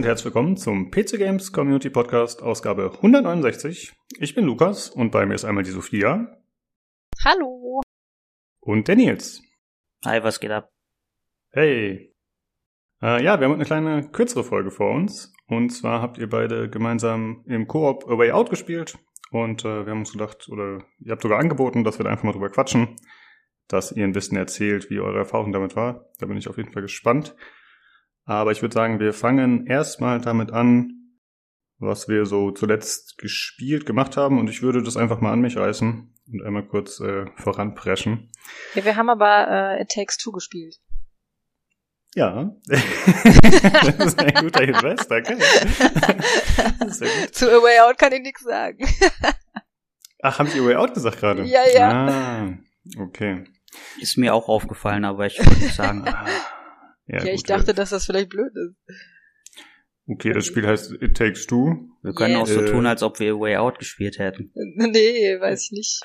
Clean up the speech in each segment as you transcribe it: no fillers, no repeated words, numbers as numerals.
und herzlich willkommen zum PC Games Community Podcast, Ausgabe 169. Ich bin Lukas und bei mir ist einmal die Sophia. Hallo. Und der Nils. Hi, was geht ab? Hey. Ja, wir haben eine kleine kürzere Folge vor uns. Und zwar habt ihr beide gemeinsam im Koop A Way Out gespielt. Und wir haben uns gedacht, oder ihr habt sogar angeboten, dass wir da einfach mal drüber quatschen, dass ihr ein bisschen erzählt, wie eure Erfahrung damit war. Da bin ich auf jeden Fall gespannt. Aber ich würde sagen, wir fangen erstmal damit an, was wir so zuletzt gemacht haben. Und ich würde das einfach mal an mich reißen und einmal kurz voranpreschen. Ja, wir haben aber It Takes Two gespielt. Ja, das ist ein guter Hinweis, danke. Sehr gut. Zu A Way Out kann ich nichts sagen. Ach, haben Sie A Way Out gesagt gerade? Ja. Ah, okay. Ist mir auch aufgefallen, aber ich wollte nicht sagen. Ja, gut, ich dachte, dass das vielleicht blöd ist. Okay, das Spiel heißt It Takes Two. Wir können auch so tun, als ob wir A Way Out gespielt hätten. Nee, weiß ich nicht.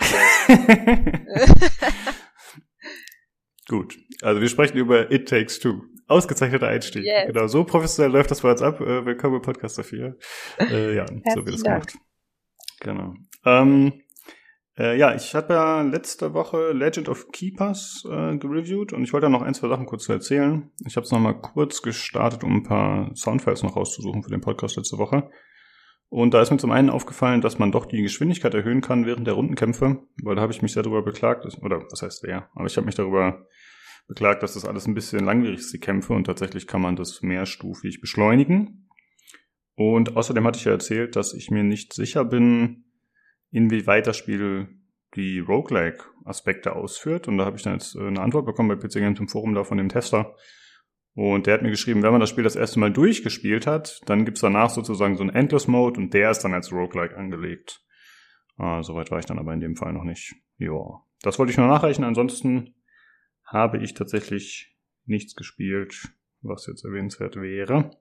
Gut, also wir sprechen über It Takes Two. Ausgezeichneter Einstieg. Yes. Genau, so professionell läuft das bei uns ab. Willkommen im Podcast dafür. Ja, so wird es gemacht. Genau. Ja, ich habe ja letzte Woche Legend of Keepers gereviewt und ich wollte da noch ein, zwei Sachen kurz erzählen. Ich habe es nochmal kurz gestartet, um ein paar Soundfiles noch rauszusuchen für den Podcast letzte Woche. Und da ist mir zum einen aufgefallen, dass man doch die Geschwindigkeit erhöhen kann während der Rundenkämpfe, weil da habe ich mich sehr darüber beklagt, oder was heißt wer, aber ich habe mich darüber beklagt, dass das alles ein bisschen langwierig ist, die Kämpfe, und tatsächlich kann man das mehrstufig beschleunigen. Und außerdem hatte ich ja erzählt, dass ich mir nicht sicher bin, inwieweit das Spiel die Roguelike-Aspekte ausführt. Und da habe ich dann jetzt eine Antwort bekommen bei PC Games im Forum da von dem Tester. Und der hat mir geschrieben, wenn man das Spiel das erste Mal durchgespielt hat, dann gibt's danach sozusagen so einen Endless-Mode und der ist dann als Roguelike angelegt. Soweit war ich dann aber in dem Fall noch nicht. Ja, das wollte ich nur nachreichen. Ansonsten habe ich tatsächlich nichts gespielt, was jetzt erwähnenswert wäre.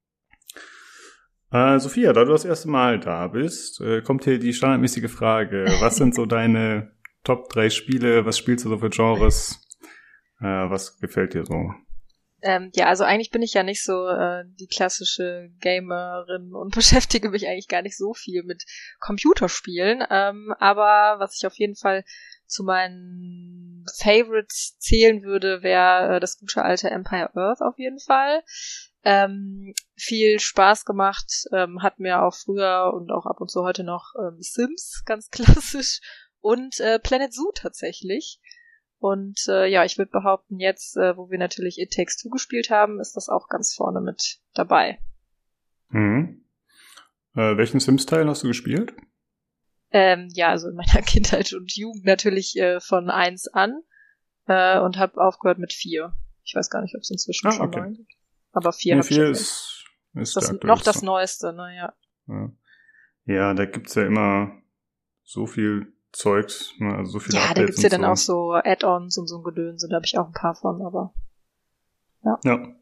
Sophia, da du das erste Mal da bist, kommt hier die standardmäßige Frage. Was sind so deine Top 3 Spiele? Was spielst du so für Genres? Was gefällt dir so? Ja, also eigentlich bin ich ja nicht so die klassische Gamerin und beschäftige mich eigentlich gar nicht so viel mit Computerspielen. Aber was ich auf jeden Fall zu meinen Favorites zählen würde, wäre das gute alte Empire Earth auf jeden Fall. Viel Spaß gemacht, hat mir auch früher und auch ab und zu heute noch Sims, ganz klassisch, und Planet Zoo tatsächlich. Und ja, ich würde behaupten, jetzt, wo wir natürlich It Takes Two gespielt haben, ist das auch ganz vorne mit dabei. Mhm. Welchen Sims-Teil hast du gespielt? Ja, also in meiner Kindheit und Jugend natürlich von 1 an und habe aufgehört mit 4. Ich weiß gar nicht, ob es inzwischen schon 9 gibt. Aber 4 habe ich ist das noch das Neueste, ne, ja. Ja, da gibt's ja immer so viel Zeugs, ne, also so viele Updates. Ja, da gibt's ja dann auch so Add-ons und so ein Gedöns, da habe ich auch ein paar von, aber ja.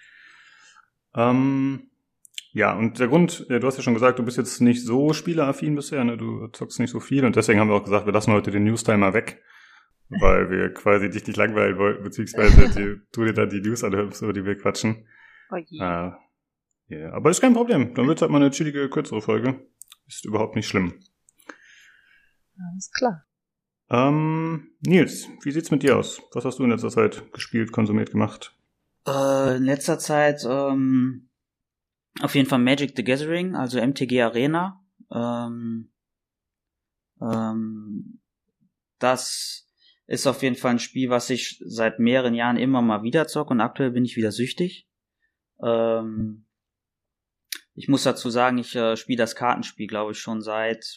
Ja, und der Grund, du hast ja schon gesagt, du bist jetzt nicht so spieleaffin bisher, ne? Du zockst nicht so viel und deswegen haben wir auch gesagt, wir lassen heute den News-Timer weg, weil wir quasi dich nicht langweilen wollten, beziehungsweise du dir dann die News anhörst, über die wir quatschen. Oh je. Ja, aber ist kein Problem, dann wird's halt mal eine chillige, kürzere Folge. Ist überhaupt nicht schlimm. Alles klar. Nils, wie sieht's mit dir aus? Was hast du in letzter Zeit gespielt, konsumiert, gemacht? In letzter Zeit auf jeden Fall Magic the Gathering, also MTG Arena. Das ist auf jeden Fall ein Spiel, was ich seit mehreren Jahren immer mal wieder zocke und aktuell bin ich wieder süchtig. Ich muss dazu sagen, ich spiele das Kartenspiel, glaube ich, schon seit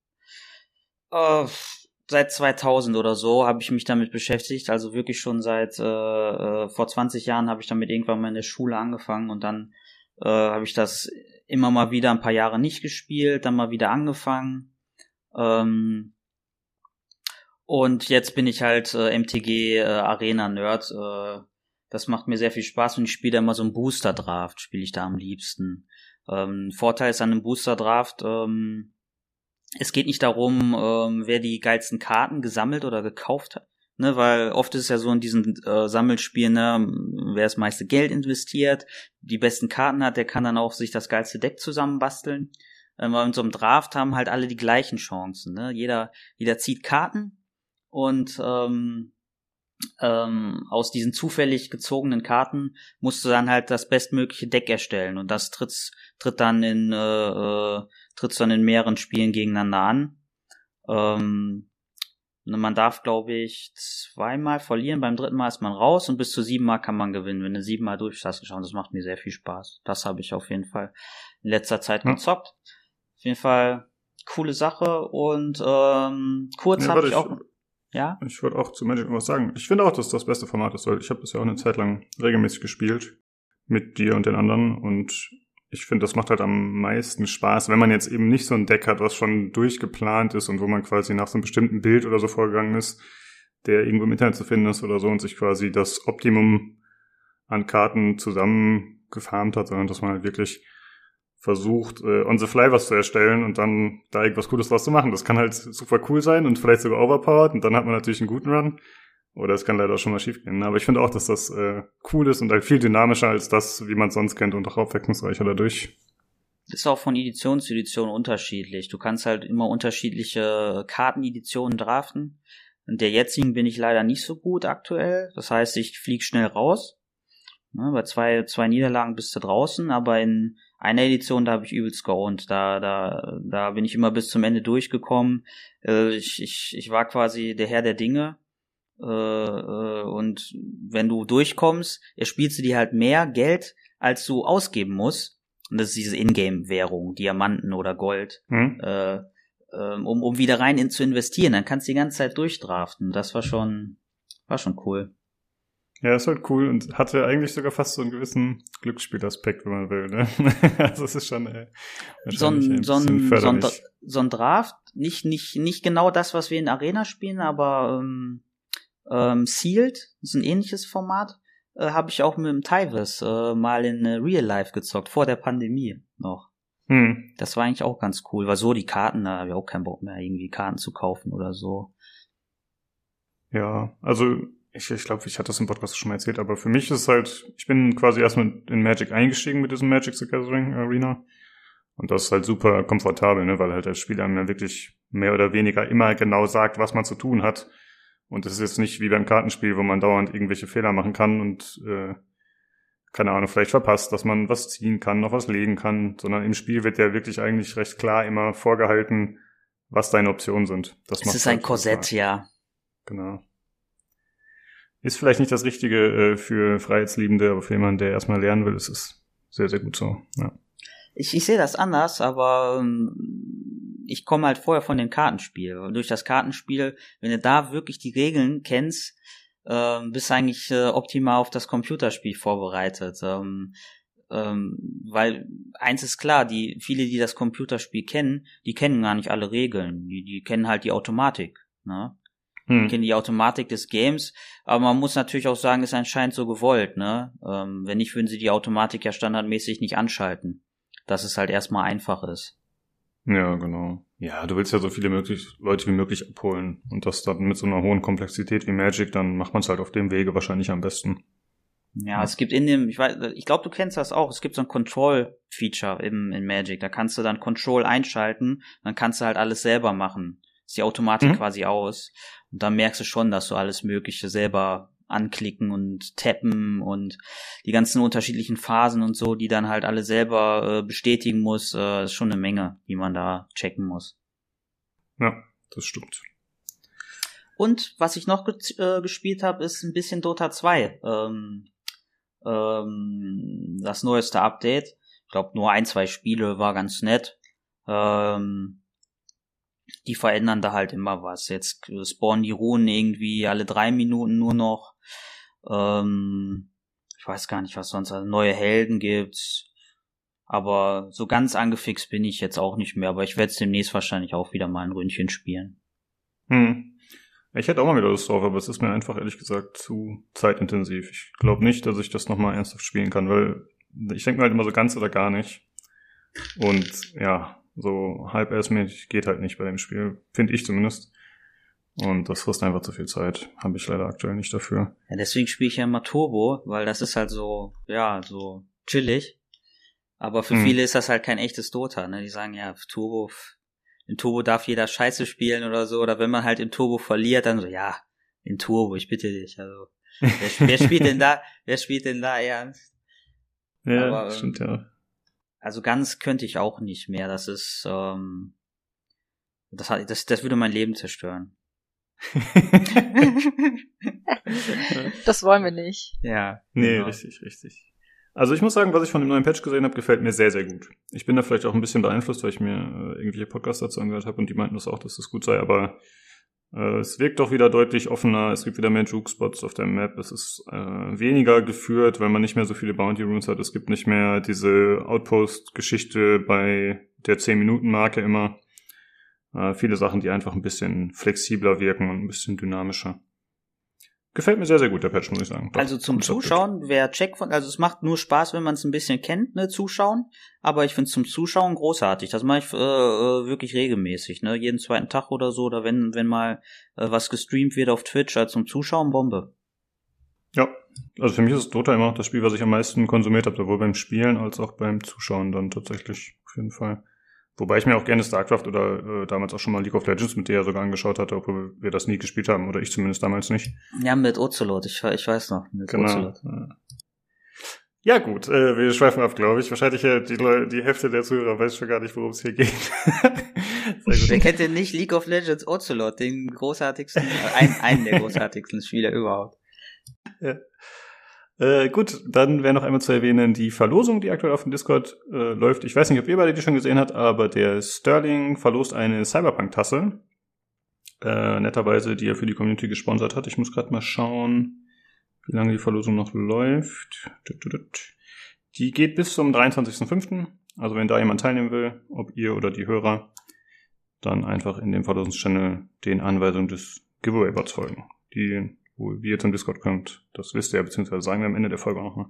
2000 oder so habe ich mich damit beschäftigt, also wirklich schon seit vor 20 Jahren habe ich damit irgendwann mal in der Schule angefangen und dann habe ich das immer mal wieder ein paar Jahre nicht gespielt, dann mal wieder angefangen und jetzt bin ich halt MTG Arena Nerd, das macht mir sehr viel Spaß und ich spiele da immer so einen Booster Draft, spiele ich da am liebsten. Vorteil ist an einem Booster Draft, es geht nicht darum, wer die geilsten Karten gesammelt oder gekauft hat. ne, weil oft ist es ja so in diesen Sammelspielen, ne, wer das meiste Geld investiert, die besten Karten hat, der kann dann auch sich das geilste Deck zusammenbasteln. Weil in so einem Draft haben halt alle die gleichen Chancen, ne? Jeder zieht Karten und aus diesen zufällig gezogenen Karten musst du dann halt das bestmögliche Deck erstellen und das tritt's dann in mehreren Spielen gegeneinander an. Man darf, glaube ich, 2-mal verlieren, beim 3. Mal ist man raus und bis zu 7 Mal kann man gewinnen. Wenn du 7 Mal durch hast, das macht mir sehr viel Spaß. Das habe ich auf jeden Fall in letzter Zeit gezockt. Auf jeden Fall coole Sache und kurz habe ich auch... Ja? Ich wollte auch zu Magic was sagen. Ich finde auch, dass das beste Format ist, weil ich habe das ja auch eine Zeit lang regelmäßig gespielt mit dir und den anderen und ich finde, das macht halt am meisten Spaß, wenn man jetzt eben nicht so ein Deck hat, was schon durchgeplant ist und wo man quasi nach so einem bestimmten Bild oder so vorgegangen ist, der irgendwo im Internet zu finden ist oder so und sich quasi das Optimum an Karten zusammengefarmt hat, sondern dass man halt wirklich versucht, on the fly was zu erstellen und dann da irgendwas Cooles draus zu machen. Das kann halt super cool sein und vielleicht sogar overpowered und dann hat man natürlich einen guten Run. Oder es kann leider auch schon mal schief gehen. Aber ich finde auch, dass das cool ist und halt viel dynamischer als das, wie man es sonst kennt und auch abwechslungsreicher dadurch. Ist auch von Edition zu Edition unterschiedlich. Du kannst halt immer unterschiedliche Karteneditionen draften. In der jetzigen bin ich leider nicht so gut aktuell. Das heißt, ich fliege schnell raus. Ne, bei zwei Niederlagen bist du draußen, aber in einer Edition, da habe ich übelst geowned. Da bin ich immer bis zum Ende durchgekommen. Ich war quasi der Herr der Dinge. Und wenn du durchkommst, erspielst du dir halt mehr Geld, als du ausgeben musst. Und das ist diese Ingame-Währung, Diamanten oder Gold, um wieder rein zu investieren. Dann kannst du die ganze Zeit durchdraften. Das war schon cool. Ja, ist halt cool und hatte eigentlich sogar fast so einen gewissen Glücksspielaspekt, wenn man will, ne? Also es ist schon so ein Draft, nicht genau das, was wir in Arena spielen, aber Sealed, ist ein ähnliches Format, habe ich auch mit dem Tyvis mal in Real Life gezockt, vor der Pandemie noch. Das war eigentlich auch ganz cool, weil so die Karten, da habe ich auch keinen Bock mehr, irgendwie Karten zu kaufen oder so. Ja, also ich glaube, ich hatte das im Podcast schon mal erzählt, aber für mich ist halt, ich bin quasi erstmal in Magic eingestiegen mit diesem Magic the Gathering Arena und das ist halt super komfortabel, ne, weil halt das Spiel einem dann wirklich mehr oder weniger immer genau sagt, was man zu tun hat und es ist jetzt nicht wie beim Kartenspiel, wo man dauernd irgendwelche Fehler machen kann und keine Ahnung, vielleicht verpasst, dass man was ziehen kann, noch was legen kann, sondern im Spiel wird ja wirklich eigentlich recht klar immer vorgehalten, was deine Optionen sind. Das ist halt ein Korsett, ja. Genau. Ist vielleicht nicht das Richtige für Freiheitsliebende, aber für jemanden, der erstmal lernen will, ist es sehr, sehr gut so. Ja. Ich sehe das anders, aber ich komme halt vorher von dem Kartenspiel. Durch das Kartenspiel, wenn du da wirklich die Regeln kennst, bist du eigentlich optimal auf das Computerspiel vorbereitet. Weil eins ist klar, viele, die das Computerspiel kennen, die kennen gar nicht alle Regeln. Die kennen halt die Automatik, ne? Kennen die Automatik des Games, aber man muss natürlich auch sagen, ist anscheinend so gewollt, ne? Wenn nicht, würden sie die Automatik ja standardmäßig nicht anschalten, dass es halt erstmal einfach ist. Ja, genau. Ja, du willst ja so viele Leute wie möglich abholen und das dann mit so einer hohen Komplexität wie Magic, dann macht man es halt auf dem Wege wahrscheinlich am besten. Ja, es gibt ich glaube, du kennst das auch, es gibt so ein Control-Feature in Magic, da kannst du dann Control einschalten, dann kannst du halt alles selber machen. Ist die Automatik quasi aus. Und dann merkst du schon, dass du alles Mögliche selber anklicken und tappen und die ganzen unterschiedlichen Phasen und so, die dann halt alle selber bestätigen muss, ist schon eine Menge, die man da checken muss. Ja, das stimmt. Und was ich noch gespielt habe, ist ein bisschen Dota 2. Das neueste Update. Ich glaube, nur 1-2 Spiele war ganz nett. Die verändern da halt immer was. Jetzt spawnen die Runen irgendwie alle 3 Minuten nur noch. Ich weiß gar nicht, was sonst. Also neue Helden gibt's. Aber so ganz angefixt bin ich jetzt auch nicht mehr. Aber ich werde es demnächst wahrscheinlich auch wieder mal ein Ründchen spielen. Ich hätte auch mal wieder Lust drauf, aber es ist mir einfach ehrlich gesagt zu zeitintensiv. Ich glaube nicht, dass ich das nochmal ernsthaft spielen kann, weil ich denke mir halt immer so ganz oder gar nicht. Und ja, so halb-erstmäßig geht halt nicht bei dem Spiel, finde ich zumindest. Und das frisst einfach zu viel Zeit. Habe ich leider aktuell nicht dafür. Ja, deswegen spiele ich ja immer Turbo, weil das ist halt so, ja, so chillig. Aber für viele ist das halt kein echtes Dota, ne? Die sagen ja, in Turbo darf jeder Scheiße spielen oder so. Oder wenn man halt in Turbo verliert, dann so, ja, in Turbo, ich bitte dich. Also, wer spielt denn da ernst? Ja, aber, stimmt, ja. Also ganz könnte ich auch nicht mehr. Das ist, das würde mein Leben zerstören. Das wollen wir nicht. Ja. Nee, genau. Richtig. Also ich muss sagen, was ich von dem neuen Patch gesehen habe, gefällt mir sehr, sehr gut. Ich bin da vielleicht auch ein bisschen beeinflusst, weil ich mir irgendwelche Podcasts dazu angehört habe und die meinten das auch, dass das gut sei, aber es wirkt doch wieder deutlich offener, es gibt wieder mehr Juke-Spots auf der Map, es ist weniger geführt, weil man nicht mehr so viele Bounty-Rooms hat, es gibt nicht mehr diese Outpost-Geschichte bei der 10-Minuten-Marke immer. Viele Sachen, die einfach ein bisschen flexibler wirken und ein bisschen dynamischer. Gefällt mir sehr, sehr gut, der Patch, muss ich sagen. Doch, also zum Zuschauen, also es macht nur Spaß, wenn man es ein bisschen kennt, ne, Zuschauen, aber ich finde es zum Zuschauen großartig. Das mache ich wirklich regelmäßig, ne, jeden zweiten Tag oder so, oder wenn mal was gestreamt wird auf Twitch, also zum Zuschauen Bombe. Ja, also für mich ist Dota immer noch das Spiel, was ich am meisten konsumiert habe, sowohl beim Spielen als auch beim Zuschauen dann tatsächlich, auf jeden Fall. Wobei ich mir auch gerne StarCraft oder damals auch schon mal League of Legends mit dir ja sogar angeschaut hatte, obwohl wir das nie gespielt haben, oder ich zumindest damals nicht. Ja, mit Ocelot, ich weiß noch, mit genau. Ocelot. Ja gut, wir schweifen ab, glaube ich. Wahrscheinlich die Hälfte der Zuhörer weiß schon gar nicht, worum es hier geht. Sehr gut. Wer kennt denn nicht League of Legends Ocelot, den großartigsten, einen der großartigsten Spieler überhaupt. Ja. Gut, dann wäre noch einmal zu erwähnen, die Verlosung, die aktuell auf dem Discord läuft. Ich weiß nicht, ob ihr beide die schon gesehen habt, aber der Sterling verlost eine Cyberpunk-Tasse. Netterweise, die er für die Community gesponsert hat. Ich muss gerade mal schauen, wie lange die Verlosung noch läuft. Die geht bis zum 23.05. Also wenn da jemand teilnehmen will, ob ihr oder die Hörer, dann einfach in dem Verlosungschannel den Anweisungen des Giveaway-Bots folgen. Wie ihr zum Discord kommt, das wisst ihr ja, beziehungsweise sagen wir am Ende der Folge auch nochmal.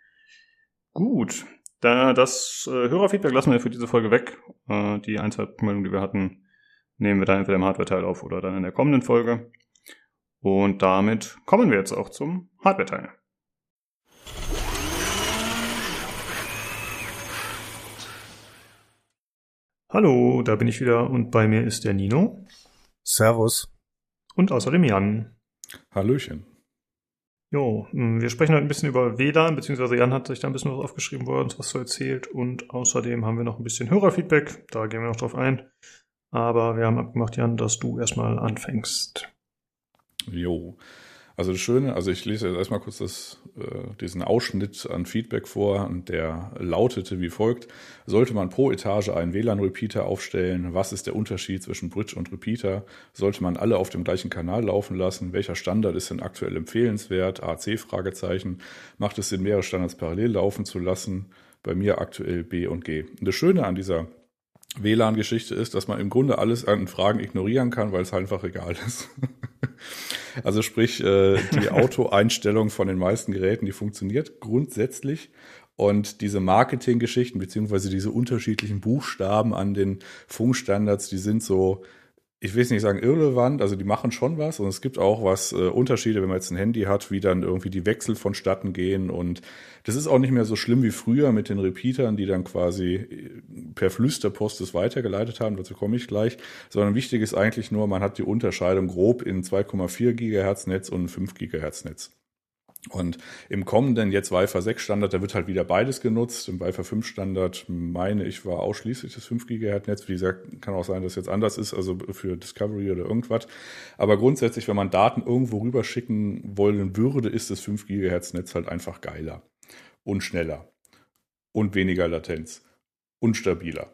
Gut, das Hörerfeedback lassen wir für diese Folge weg. Die Einzelmeldungen, die wir hatten, nehmen wir dann entweder im Hardware-Teil auf oder dann in der kommenden Folge. Und damit kommen wir jetzt auch zum Hardware-Teil. Hallo, da bin ich wieder und bei mir ist der Nino. Servus. Und außerdem Jan. Hallöchen. Jo, wir sprechen heute ein bisschen über WLAN, beziehungsweise Jan hat sich da ein bisschen was aufgeschrieben, wo er uns was so erzählt. Und außerdem haben wir noch ein bisschen Hörerfeedback, da gehen wir noch drauf ein. Aber wir haben abgemacht, Jan, dass du erstmal anfängst. Jo, also das Schöne, also ich lese jetzt erstmal kurz diesen Ausschnitt an Feedback vor und der lautete wie folgt: Sollte man pro Etage einen WLAN-Repeater aufstellen? Was ist der Unterschied zwischen Bridge und Repeater? Sollte man alle auf dem gleichen Kanal laufen lassen? Welcher Standard ist denn aktuell empfehlenswert? AC? Macht es Sinn, mehrere Standards parallel laufen zu lassen? Bei mir aktuell B und G. Und das Schöne an dieser WLAN-Geschichte ist, dass man im Grunde alles an Fragen ignorieren kann, weil es einfach egal ist. Also sprich, die Auto-Einstellung von den meisten Geräten, die funktioniert grundsätzlich. Und diese Marketing-Geschichten beziehungsweise diese unterschiedlichen Buchstaben an den Funkstandards, die sind so, ich will es nicht sagen irrelevant, also die machen schon was. Und es gibt auch Unterschiede, wenn man jetzt ein Handy hat, wie dann irgendwie die Wechsel vonstatten gehen. Und das ist auch nicht mehr so schlimm wie früher mit den Repeatern, die dann quasi per Flüsterpost das weitergeleitet haben. Dazu komme ich gleich. Sondern wichtig ist eigentlich nur, man hat die Unterscheidung grob in 2,4 Gigahertz Netz und 5 Gigahertz Netz. Und im kommenden jetzt Wi-Fi 6 Standard, da wird halt wieder beides genutzt. Im Wi-Fi 5 Standard, meine ich, war ausschließlich das 5 GHz Netz. Wie gesagt, kann auch sein, dass es jetzt anders ist, also für Discovery oder irgendwas. Aber grundsätzlich, wenn man Daten irgendwo rüberschicken wollen würde, ist das 5 GHz Netz halt einfach geiler und schneller und weniger Latenz und stabiler.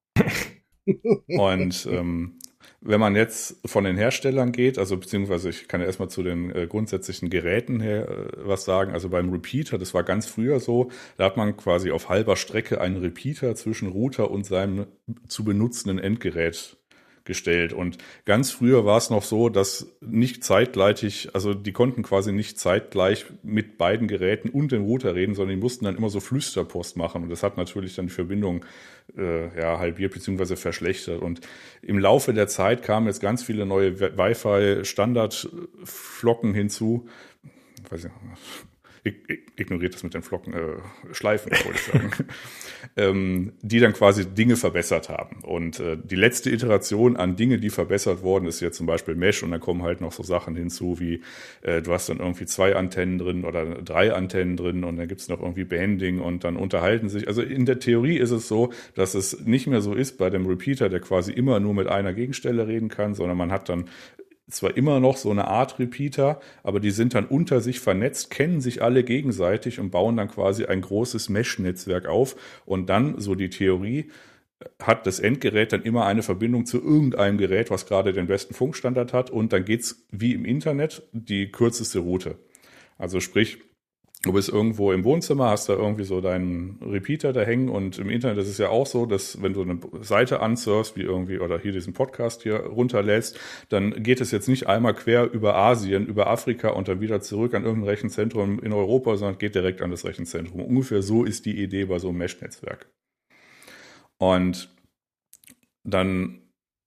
Und wenn man jetzt von den Herstellern geht, also beziehungsweise ich kann ja erstmal zu den grundsätzlichen Geräten her was sagen. Also beim Repeater, das war ganz früher so, da hat man quasi auf halber Strecke einen Repeater zwischen Router und seinem zu benutzenden Endgerät gestellt. Und ganz früher war es noch so, dass nicht zeitgleich, also die konnten quasi nicht zeitgleich mit beiden Geräten und dem Router reden, sondern die mussten dann immer so Flüsterpost machen. Und das hat natürlich dann die Verbindung halbiert bzw. verschlechtert. Und im Laufe der Zeit kamen jetzt ganz viele neue Wi-Fi-Standardflocken hinzu. Weiß ich, ignoriert das mit den Flocken, Schleifen, wollte ich sagen, die dann quasi Dinge verbessert haben. Und die letzte Iteration an Dinge, die verbessert worden ist, jetzt zum Beispiel Mesh, und dann kommen halt noch so Sachen hinzu, wie du hast dann irgendwie 2 Antennen drin oder 3 Antennen drin und dann gibt's noch irgendwie Banding und dann unterhalten sich. Also in der Theorie ist es so, dass es nicht mehr so ist bei dem Repeater, der quasi immer nur mit einer Gegenstelle reden kann, sondern man hat dann zwar immer noch so eine Art Repeater, aber die sind dann unter sich vernetzt, kennen sich alle gegenseitig und bauen dann quasi ein großes Mesh-Netzwerk auf. Und dann, so die Theorie, hat das Endgerät dann immer eine Verbindung zu irgendeinem Gerät, was gerade den besten Funkstandard hat. Und dann geht's wie im Internet die kürzeste Route. Also sprich, du bist irgendwo im Wohnzimmer, hast da irgendwie so deinen Repeater da hängen und im Internet ist es ja auch so, dass wenn du eine Seite ansurfst, wie irgendwie, oder hier diesen Podcast hier runterlädst, dann geht es jetzt nicht einmal quer über Asien, über Afrika und dann wieder zurück an irgendein Rechenzentrum in Europa, sondern geht direkt an das Rechenzentrum. Ungefähr so ist die Idee bei so einem Mesh-Netzwerk. Und dann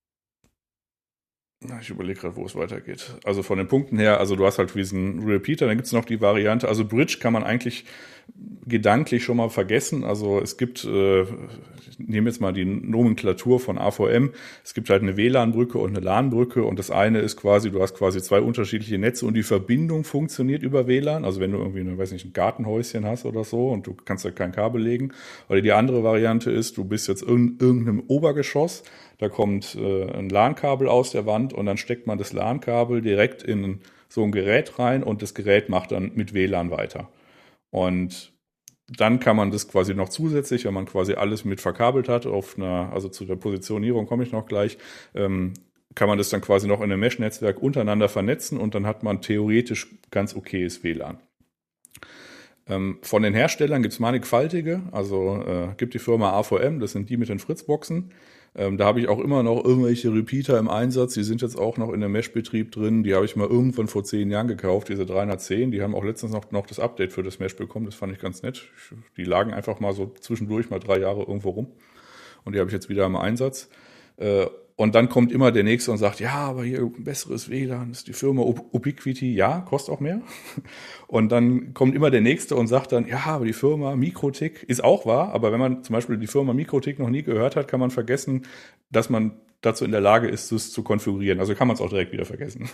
ich überlege gerade, wo es weitergeht. Also von den Punkten her, also du hast halt diesen Repeater, dann gibt es noch die Variante, also Bridge kann man eigentlich gedanklich schon mal vergessen. Also es gibt, ich nehme jetzt mal die Nomenklatur von AVM, es gibt halt eine WLAN-Brücke und eine LAN-Brücke und das eine ist quasi, du hast quasi 2 unterschiedliche Netze und die Verbindung funktioniert über WLAN. Also wenn du irgendwie, ein Gartenhäuschen hast oder so und du kannst da kein Kabel legen. Oder die andere Variante ist, du bist jetzt in irgendeinem Obergeschoss, da kommt ein LAN-Kabel aus der Wand und dann steckt man das LAN-Kabel direkt in so ein Gerät rein und das Gerät macht dann mit WLAN weiter. Und dann kann man das quasi noch zusätzlich, wenn man quasi alles mit verkabelt hat, also zu der Positionierung komme ich noch gleich, kann man das dann quasi noch in einem Mesh-Netzwerk untereinander vernetzen und dann hat man theoretisch ganz okayes WLAN. Von den Herstellern gibt es mannigfaltige, also gibt die Firma AVM, das sind die mit den Fritzboxen. Da habe ich auch immer noch irgendwelche Repeater im Einsatz, die sind jetzt auch noch in dem Mesh-Betrieb drin, die habe ich mal irgendwann vor 10 Jahren gekauft, diese 310, die haben auch letztens noch das Update für das Mesh bekommen, das fand ich ganz nett. Die lagen einfach mal so zwischendurch mal 3 Jahre irgendwo rum und die habe ich jetzt wieder im Einsatz. Und dann kommt immer der Nächste und sagt, ja, aber hier ein besseres WLAN, ist die Firma Ubiquiti, ja, kostet auch mehr. Und dann kommt immer der Nächste und sagt dann, ja, aber die Firma Mikrotik ist auch wahr, aber wenn man zum Beispiel die Firma Mikrotik noch nie gehört hat, kann man vergessen, dass man dazu in der Lage ist, das zu konfigurieren. Also kann man es auch direkt wieder vergessen.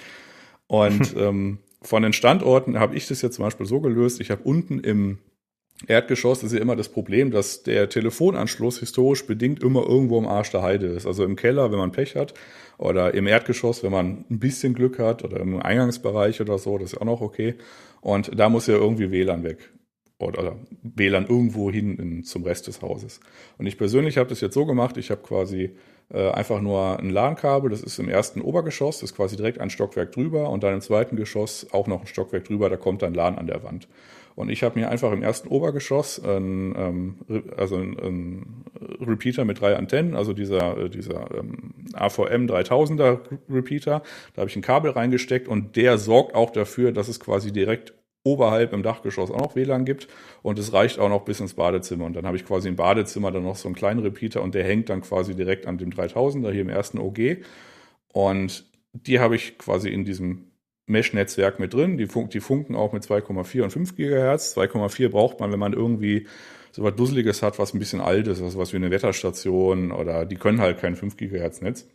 Und von den Standorten habe ich das jetzt zum Beispiel so gelöst, ich habe unten im Erdgeschoss ist ja immer das Problem, dass der Telefonanschluss historisch bedingt immer irgendwo am Arsch der Heide ist. Also im Keller, wenn man Pech hat, oder im Erdgeschoss, wenn man ein bisschen Glück hat, oder im Eingangsbereich oder so, das ist auch noch okay. Und da muss ja irgendwie WLAN weg. Oder WLAN irgendwo hin zum Rest des Hauses. Und ich persönlich habe das jetzt so gemacht, ich habe quasi einfach nur ein LAN-Kabel, das ist im ersten Obergeschoss, das ist quasi direkt ein Stockwerk drüber und dann im zweiten Geschoss auch noch ein Stockwerk drüber, da kommt dann LAN an der Wand. Und ich habe mir einfach im ersten Obergeschoss einen Repeater mit 3 Antennen, also dieser AVM 3000er Repeater, da habe ich ein Kabel reingesteckt und der sorgt auch dafür, dass es quasi direkt oberhalb im Dachgeschoss auch noch WLAN gibt und es reicht auch noch bis ins Badezimmer. Und dann habe ich quasi im Badezimmer dann noch so einen kleinen Repeater und der hängt dann quasi direkt an dem 3000er hier im ersten OG. Und die habe ich quasi in diesem Mesh-Netzwerk mit drin. Die funken auch mit 2,4 und 5 Gigahertz. 2,4 braucht man, wenn man irgendwie so was Dusseliges hat, was ein bisschen alt ist, also was wie eine Wetterstation oder die können halt kein 5 Gigahertz Netz.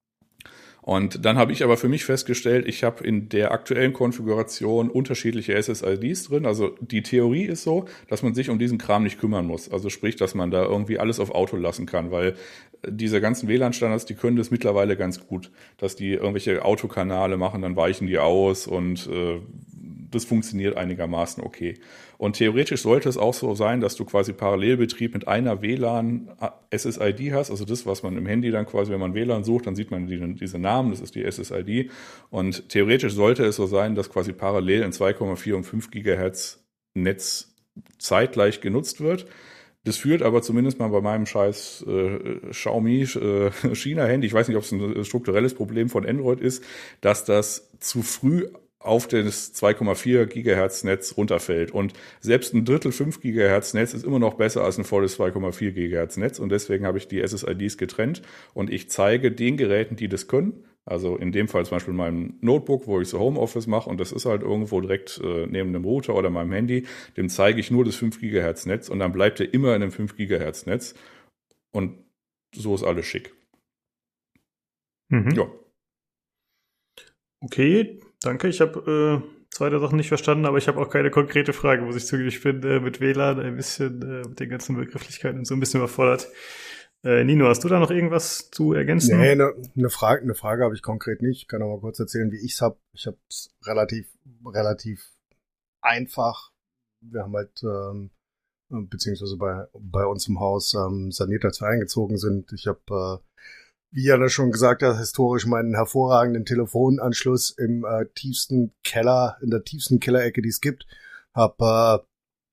Und dann habe ich aber für mich festgestellt, ich habe in der aktuellen Konfiguration unterschiedliche SSIDs drin. Also die Theorie ist so, dass man sich um diesen Kram nicht kümmern muss. Also sprich, dass man da irgendwie alles auf Auto lassen kann, weil diese ganzen WLAN-Standards, die können das mittlerweile ganz gut, dass die irgendwelche Autokanäle machen, dann weichen die aus und das funktioniert einigermaßen okay. Und theoretisch sollte es auch so sein, dass du quasi Parallelbetrieb mit einer WLAN-SSID hast, also das, was man im Handy dann quasi, wenn man WLAN sucht, dann sieht man diese Namen, das ist die SSID. Und theoretisch sollte es so sein, dass quasi parallel in 2,4 und 5 Gigahertz Netz zeitgleich genutzt wird. Das führt aber zumindest mal bei meinem scheiß Xiaomi China-Handy, ich weiß nicht, ob es ein strukturelles Problem von Android ist, dass das zu früh auf das 2,4 Gigahertz Netz runterfällt. Und selbst ein Drittel 5 Gigahertz Netz ist immer noch besser als ein volles 2,4 Gigahertz Netz. Und deswegen habe ich die SSIDs getrennt und ich zeige den Geräten, die das können. Also in dem Fall zum Beispiel meinem Notebook, wo ich so Homeoffice mache und das ist halt irgendwo direkt neben dem Router oder meinem Handy, dem zeige ich nur das 5 Gigahertz Netz und dann bleibt er immer in dem 5 Gigahertz Netz und so ist alles schick. Ja. Okay, danke. Ich habe zwei der Sachen nicht verstanden, aber ich habe auch keine konkrete Frage, muss ich zugeben. Ich bin mit WLAN ein bisschen mit den ganzen Begrifflichkeiten so ein bisschen überfordert. Nino, hast du da noch irgendwas zu ergänzen? Nee, eine Frage habe ich konkret nicht. Ich kann aber mal kurz erzählen, wie ich es habe. Ich habe es relativ einfach. Wir haben halt, beziehungsweise bei uns im Haus saniert, als wir eingezogen sind. Ich habe, wie Jana schon gesagt hat, historisch meinen hervorragenden Telefonanschluss im tiefsten Keller, in der tiefsten Kellerecke, die es gibt. Hab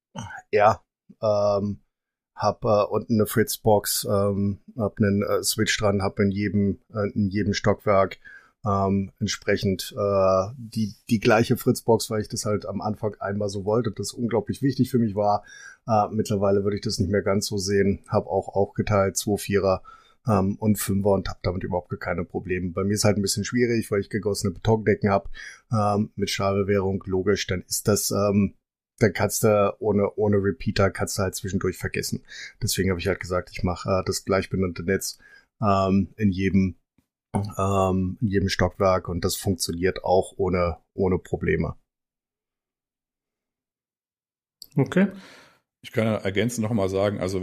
unten eine Fritzbox, hab einen Switch dran, hab in jedem Stockwerk entsprechend die gleiche Fritzbox, weil ich das halt am Anfang einmal so wollte, das unglaublich wichtig für mich war. Mittlerweile würde ich das nicht mehr ganz so sehen, hab auch aufgeteilt 2 Vierer und 5er und hab damit überhaupt keine Probleme. Bei mir ist halt ein bisschen schwierig, weil ich gegossene Betondecken hab mit Stahlbewehrung, logisch, dann ist das dann kannst du ohne Repeater kannst du halt zwischendurch vergessen. Deswegen habe ich halt gesagt, ich mache das gleich benannte Netz in jedem Stockwerk und das funktioniert auch ohne Probleme. Okay. Ich kann ja ergänzend nochmal sagen, also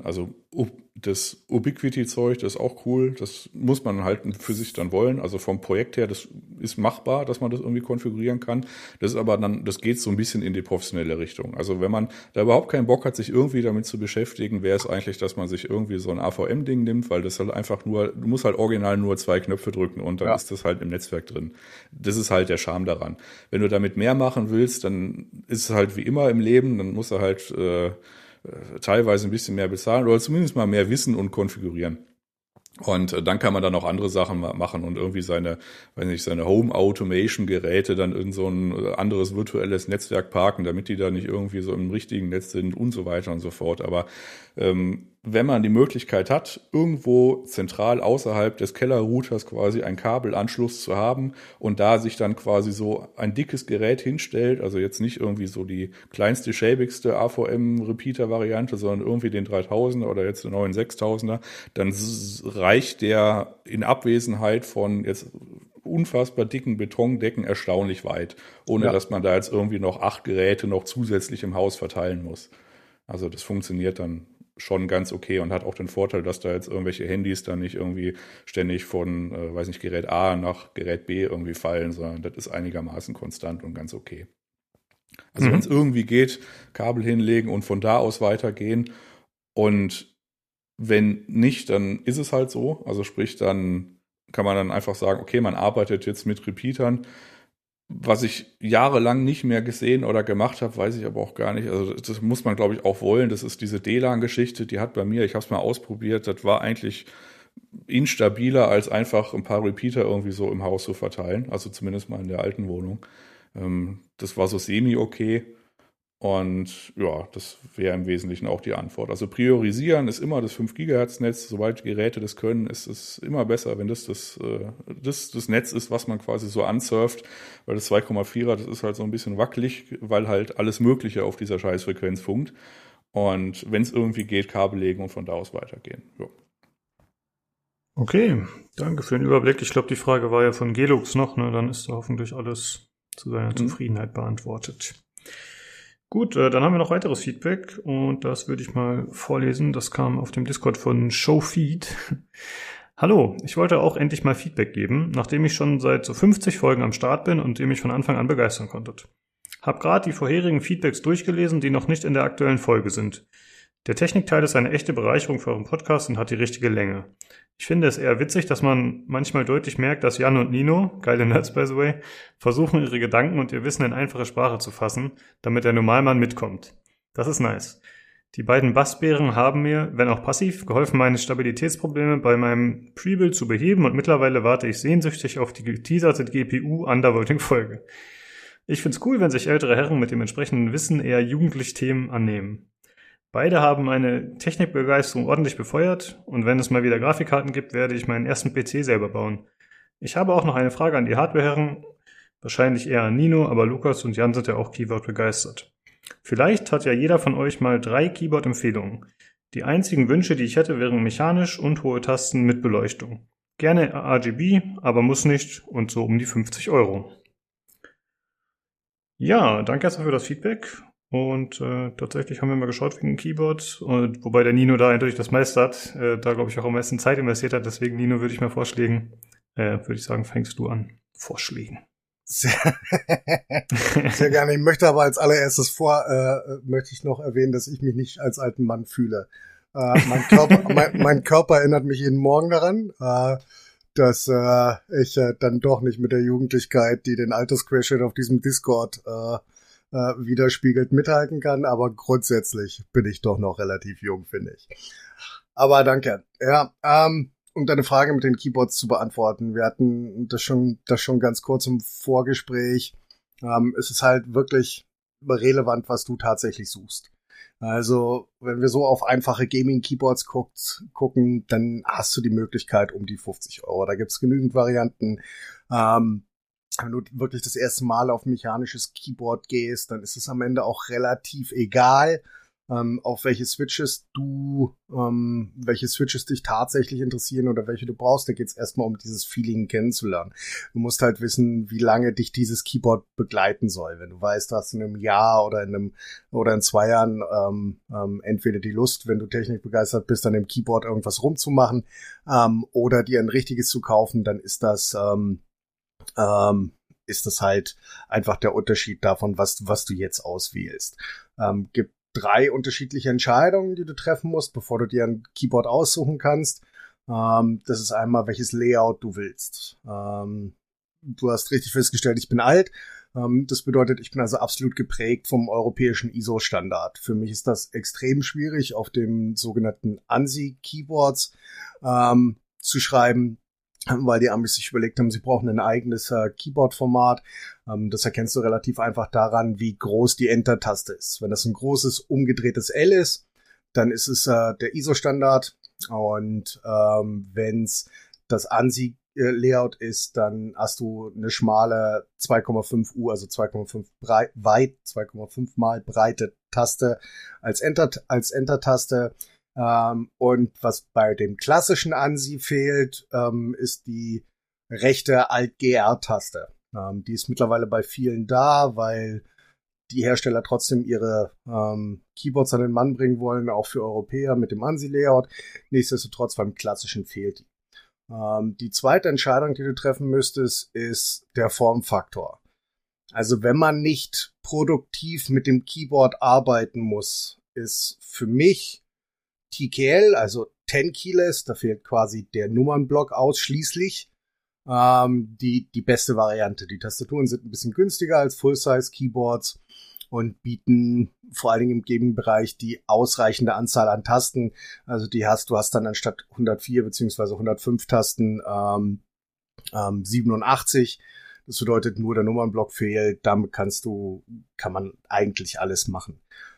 das Ubiquity-Zeug, das ist auch cool, das muss man halt für sich dann wollen, also vom Projekt her, das ist machbar, dass man das irgendwie konfigurieren kann, das ist aber dann, das geht so ein bisschen in die professionelle Richtung, also wenn man da überhaupt keinen Bock hat, sich irgendwie damit zu beschäftigen, wäre es eigentlich, dass man sich irgendwie so ein AVM-Ding nimmt, weil das halt einfach nur, du musst halt original nur 2 Knöpfe drücken und dann ist das halt im Netzwerk drin. Das ist halt der Charme daran. Wenn du damit mehr machen willst, dann ist es halt wie immer im Leben, dann musst du halt teilweise ein bisschen mehr bezahlen oder zumindest mal mehr wissen und konfigurieren. Und dann kann man dann auch andere Sachen machen und irgendwie seine Home Automation Geräte dann in so ein anderes virtuelles Netzwerk parken, damit die da nicht irgendwie so im richtigen Netz sind und so weiter und so fort. Aber wenn man die Möglichkeit hat, irgendwo zentral außerhalb des Kellerrouters quasi einen Kabelanschluss zu haben und da sich dann quasi so ein dickes Gerät hinstellt, also jetzt nicht irgendwie so die kleinste, schäbigste AVM-Repeater-Variante, sondern irgendwie den 3000er oder jetzt den neuen 6000er, dann reicht der in Abwesenheit von jetzt unfassbar dicken Betondecken erstaunlich weit, ohne dass man da jetzt irgendwie noch 8 Geräte noch zusätzlich im Haus verteilen muss. Also das funktioniert dann schon ganz okay und hat auch den Vorteil, dass da jetzt irgendwelche Handys dann nicht irgendwie ständig von, Gerät A nach Gerät B irgendwie fallen, sondern das ist einigermaßen konstant und ganz okay. Also wenn es irgendwie geht, Kabel hinlegen und von da aus weitergehen und wenn nicht, dann ist es halt so. Also sprich, dann kann man dann einfach sagen, okay, man arbeitet jetzt mit Repeatern. Was ich jahrelang nicht mehr gesehen oder gemacht habe, weiß ich aber auch gar nicht. Also das muss man, glaube ich, auch wollen. Das ist diese DLAN-Geschichte, die hat bei mir, ich habe es mal ausprobiert, das war eigentlich instabiler, als einfach ein paar Repeater irgendwie so im Haus zu verteilen. Also zumindest mal in der alten Wohnung. Das war so semi-okay. Und ja, das wäre im Wesentlichen auch die Antwort. Also priorisieren ist immer das 5 Gigahertz Netz. Sobald die Geräte das können, ist es immer besser, wenn das Netz ist, was man quasi so ansurft. Weil das 2,4er, das ist halt so ein bisschen wackelig, weil halt alles Mögliche auf dieser Scheißfrequenz funkt. Und wenn es irgendwie geht, Kabel legen und von da aus weitergehen. Ja. Okay, danke für den Überblick. Ich glaube, die Frage war ja von Gelux noch, ne? Dann ist da hoffentlich alles zu seiner Zufriedenheit beantwortet. Gut, dann haben wir noch weiteres Feedback und das würde ich mal vorlesen. Das kam auf dem Discord von Showfeed. Hallo, ich wollte auch endlich mal Feedback geben, nachdem ich schon seit so 50 Folgen am Start bin und ihr mich von Anfang an begeistern konntet. Hab gerade die vorherigen Feedbacks durchgelesen, die noch nicht in der aktuellen Folge sind. Der Technikteil ist eine echte Bereicherung für euren Podcast und hat die richtige Länge. Ich finde es eher witzig, dass man manchmal deutlich merkt, dass Jan und Nino, geile Nerds by the way, versuchen ihre Gedanken und ihr Wissen in einfache Sprache zu fassen, damit der Normalmann mitkommt. Das ist nice. Die beiden Bassbären haben mir, wenn auch passiv, geholfen, meine Stabilitätsprobleme bei meinem Prebuild zu beheben und mittlerweile warte ich sehnsüchtig auf die geteaserte GPU-Undervolting-Folge. Ich find's cool, wenn sich ältere Herren mit dem entsprechenden Wissen eher jugendlich Themen annehmen. Beide haben meine Technikbegeisterung ordentlich befeuert und wenn es mal wieder Grafikkarten gibt, werde ich meinen ersten PC selber bauen. Ich habe auch noch eine Frage an die Hardwareherren, wahrscheinlich eher an Nino, aber Lukas und Jan sind ja auch Keyboard begeistert. Vielleicht hat ja jeder von euch mal 3 Keyboard-Empfehlungen. Die einzigen Wünsche, die ich hätte, wären mechanisch und hohe Tasten mit Beleuchtung. Gerne RGB, aber muss nicht und so um die 50 €. Ja, danke erstmal für das Feedback. Und tatsächlich haben wir mal geschaut wegen Keyboard, wobei der Nino da eindeutig das meiste hat, da glaube ich auch am meisten Zeit investiert hat. Deswegen, Nino, würde ich sagen, fängst du an. Vorschlägen. Sehr gerne. Ich möchte aber als allererstes möchte ich noch erwähnen, dass ich mich nicht als alten Mann fühle. Mein Körper erinnert mich jeden Morgen daran, dass ich dann doch nicht mit der Jugendlichkeit, die den Altersquerschnitt auf diesem Discord widerspiegelt, mithalten kann, aber grundsätzlich bin ich doch noch relativ jung, finde ich. Aber danke. Ja, um deine Frage mit den Keyboards zu beantworten, wir hatten das schon ganz kurz im Vorgespräch. Es ist halt wirklich relevant, was du tatsächlich suchst. Also, wenn wir so auf einfache Gaming-Keyboards gucken, dann hast du die Möglichkeit um die 50 €. Da gibt's genügend Varianten. Wenn du wirklich das erste Mal auf ein mechanisches Keyboard gehst, dann ist es am Ende auch relativ egal, auf welche Switches dich tatsächlich interessieren oder welche du brauchst. Da geht es erstmal um dieses Feeling kennenzulernen. Du musst halt wissen, wie lange dich dieses Keyboard begleiten soll. Wenn du weißt, du hast in einem Jahr oder in 2 Jahren entweder die Lust, wenn du technikbegeistert bist, an dem Keyboard irgendwas rumzumachen, oder dir ein richtiges zu kaufen, dann ist das halt einfach der Unterschied davon, was du jetzt auswählst. Gibt 3 unterschiedliche Entscheidungen, die du treffen musst, bevor du dir ein Keyboard aussuchen kannst. Das ist einmal, welches Layout du willst. Du hast richtig festgestellt, ich bin alt. Das bedeutet, ich bin also absolut geprägt vom europäischen ISO-Standard. Für mich ist das extrem schwierig, auf dem sogenannten ANSI-Keyboards zu schreiben, weil die Amis sich überlegt haben, sie brauchen ein eigenes Keyboard-Format. Das erkennst du relativ einfach daran, wie groß die Enter-Taste ist. Wenn das ein großes, umgedrehtes L ist, dann ist es der ISO-Standard. Und wenn es das ANSI-Layout ist, dann hast du eine schmale 2,5 U, also 2,5 mal breite Taste als Enter-Taste. Und was bei dem klassischen ANSI fehlt, ist die rechte Alt-GR-Taste. Die ist mittlerweile bei vielen da, weil die Hersteller trotzdem ihre Keyboards an den Mann bringen wollen, auch für Europäer mit dem ANSI-Layout. Nichtsdestotrotz beim klassischen fehlt die. Die zweite Entscheidung, die du treffen müsstest, ist der Formfaktor. Also wenn man nicht produktiv mit dem Keyboard arbeiten muss, ist für mich TKL, also 10 Keyless, da fehlt quasi der Nummernblock ausschließlich, die beste Variante. Die Tastaturen sind ein bisschen günstiger als Full-Size-Keyboards und bieten vor allen Dingen im Gaming-Bereich die ausreichende Anzahl an Tasten. Also du hast dann anstatt 104 bzw. 105 Tasten 87. Das bedeutet, nur der Nummernblock fehlt. Damit kann man eigentlich alles machen.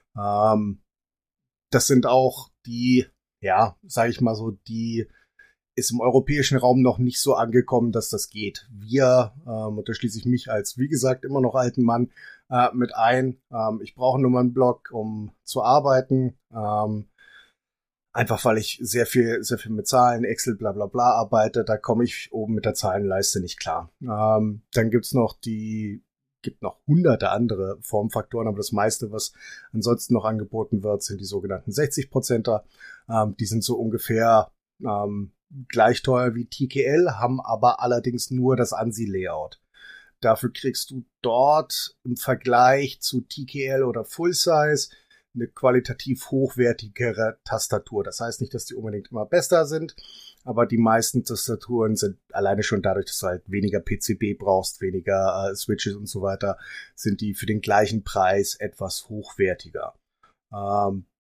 Das sind auch die, sage ich mal so, die ist im europäischen Raum noch nicht so angekommen, dass das geht. Und da schließe ich mich als, wie gesagt, immer noch alten Mann mit ein. Ich brauche einen Nummernblock, um zu arbeiten. Einfach weil ich sehr viel mit Zahlen, Excel, bla bla bla arbeite. Da komme ich oben mit der Zahlenleiste nicht klar. Dann gibt noch hunderte andere Formfaktoren, aber das meiste, was ansonsten noch angeboten wird, sind die sogenannten 60%er. Die sind so ungefähr gleich teuer wie TKL, haben aber allerdings nur das ANSI-Layout. Dafür kriegst du dort im Vergleich zu TKL oder Full Size eine qualitativ hochwertigere Tastatur. Das heißt nicht, dass die unbedingt immer besser sind, aber die meisten Tastaturen sind alleine schon dadurch, dass du halt weniger PCB brauchst, weniger Switches und so weiter, sind die für den gleichen Preis etwas hochwertiger.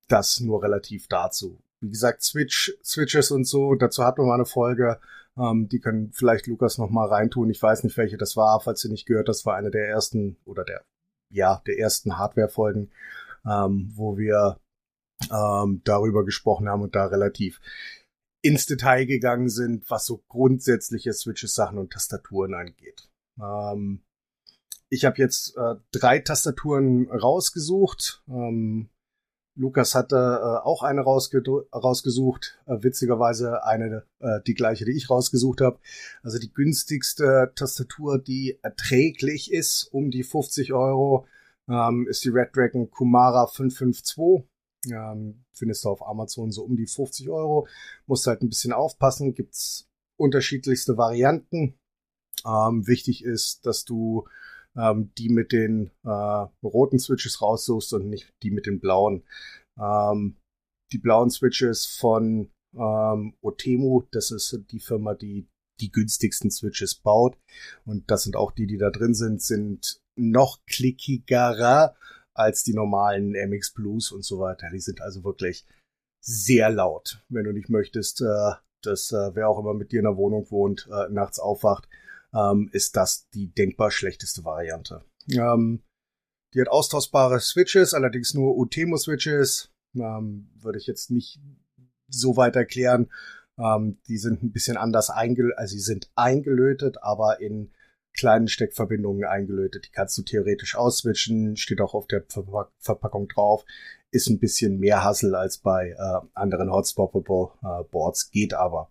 Das nur relativ dazu. Wie gesagt, Switches und so, dazu hatten wir mal eine Folge, die kann vielleicht Lukas noch mal reintun. Ich weiß nicht, welche das war, falls ihr nicht gehört, das war eine der ersten oder der ersten Hardware-Folgen, wo wir darüber gesprochen haben und da relativ ins Detail gegangen sind, was so grundsätzliche Switches-Sachen und Tastaturen angeht. Ich habe jetzt 3 Tastaturen rausgesucht. Lukas hatte auch eine rausgesucht. Witzigerweise die gleiche, die ich rausgesucht habe. Also die günstigste Tastatur, die erträglich ist, um die 50 €, ist die Red Dragon Kumara 552. Findest du auf Amazon so um die 50 €. Musst halt ein bisschen aufpassen. Gibt's unterschiedlichste Varianten. Wichtig ist, dass du die mit den roten Switches raussuchst und nicht die mit den blauen. Die blauen Switches von Otemu, das ist die Firma, die die günstigsten Switches baut. Und das sind auch die da drin sind noch klickigerer als die normalen MX Blues und so weiter. Die sind also wirklich sehr laut. Wenn du nicht möchtest, dass wer auch immer mit dir in der Wohnung wohnt, nachts aufwacht, ist das die denkbar schlechteste Variante. Die hat austauschbare Switches, allerdings nur Otemu-Switches. Würde ich jetzt nicht so weit erklären. Die sind ein bisschen anders also sie sind eingelötet, aber in kleinen Steckverbindungen eingelötet. Die kannst du theoretisch ausswitchen, steht auch auf der Verpackung drauf. Ist ein bisschen mehr Hassel als bei anderen Hot-Swappable-Boards, geht aber.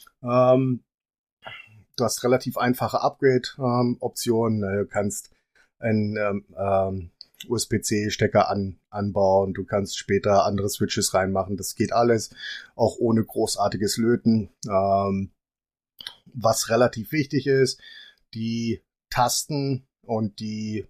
Du hast relativ einfache Upgrade-Optionen. Du kannst einen USB-C-Stecker anbauen. Du kannst später andere Switches reinmachen. Das geht alles, auch ohne großartiges Löten. Was relativ wichtig ist, die Tasten und die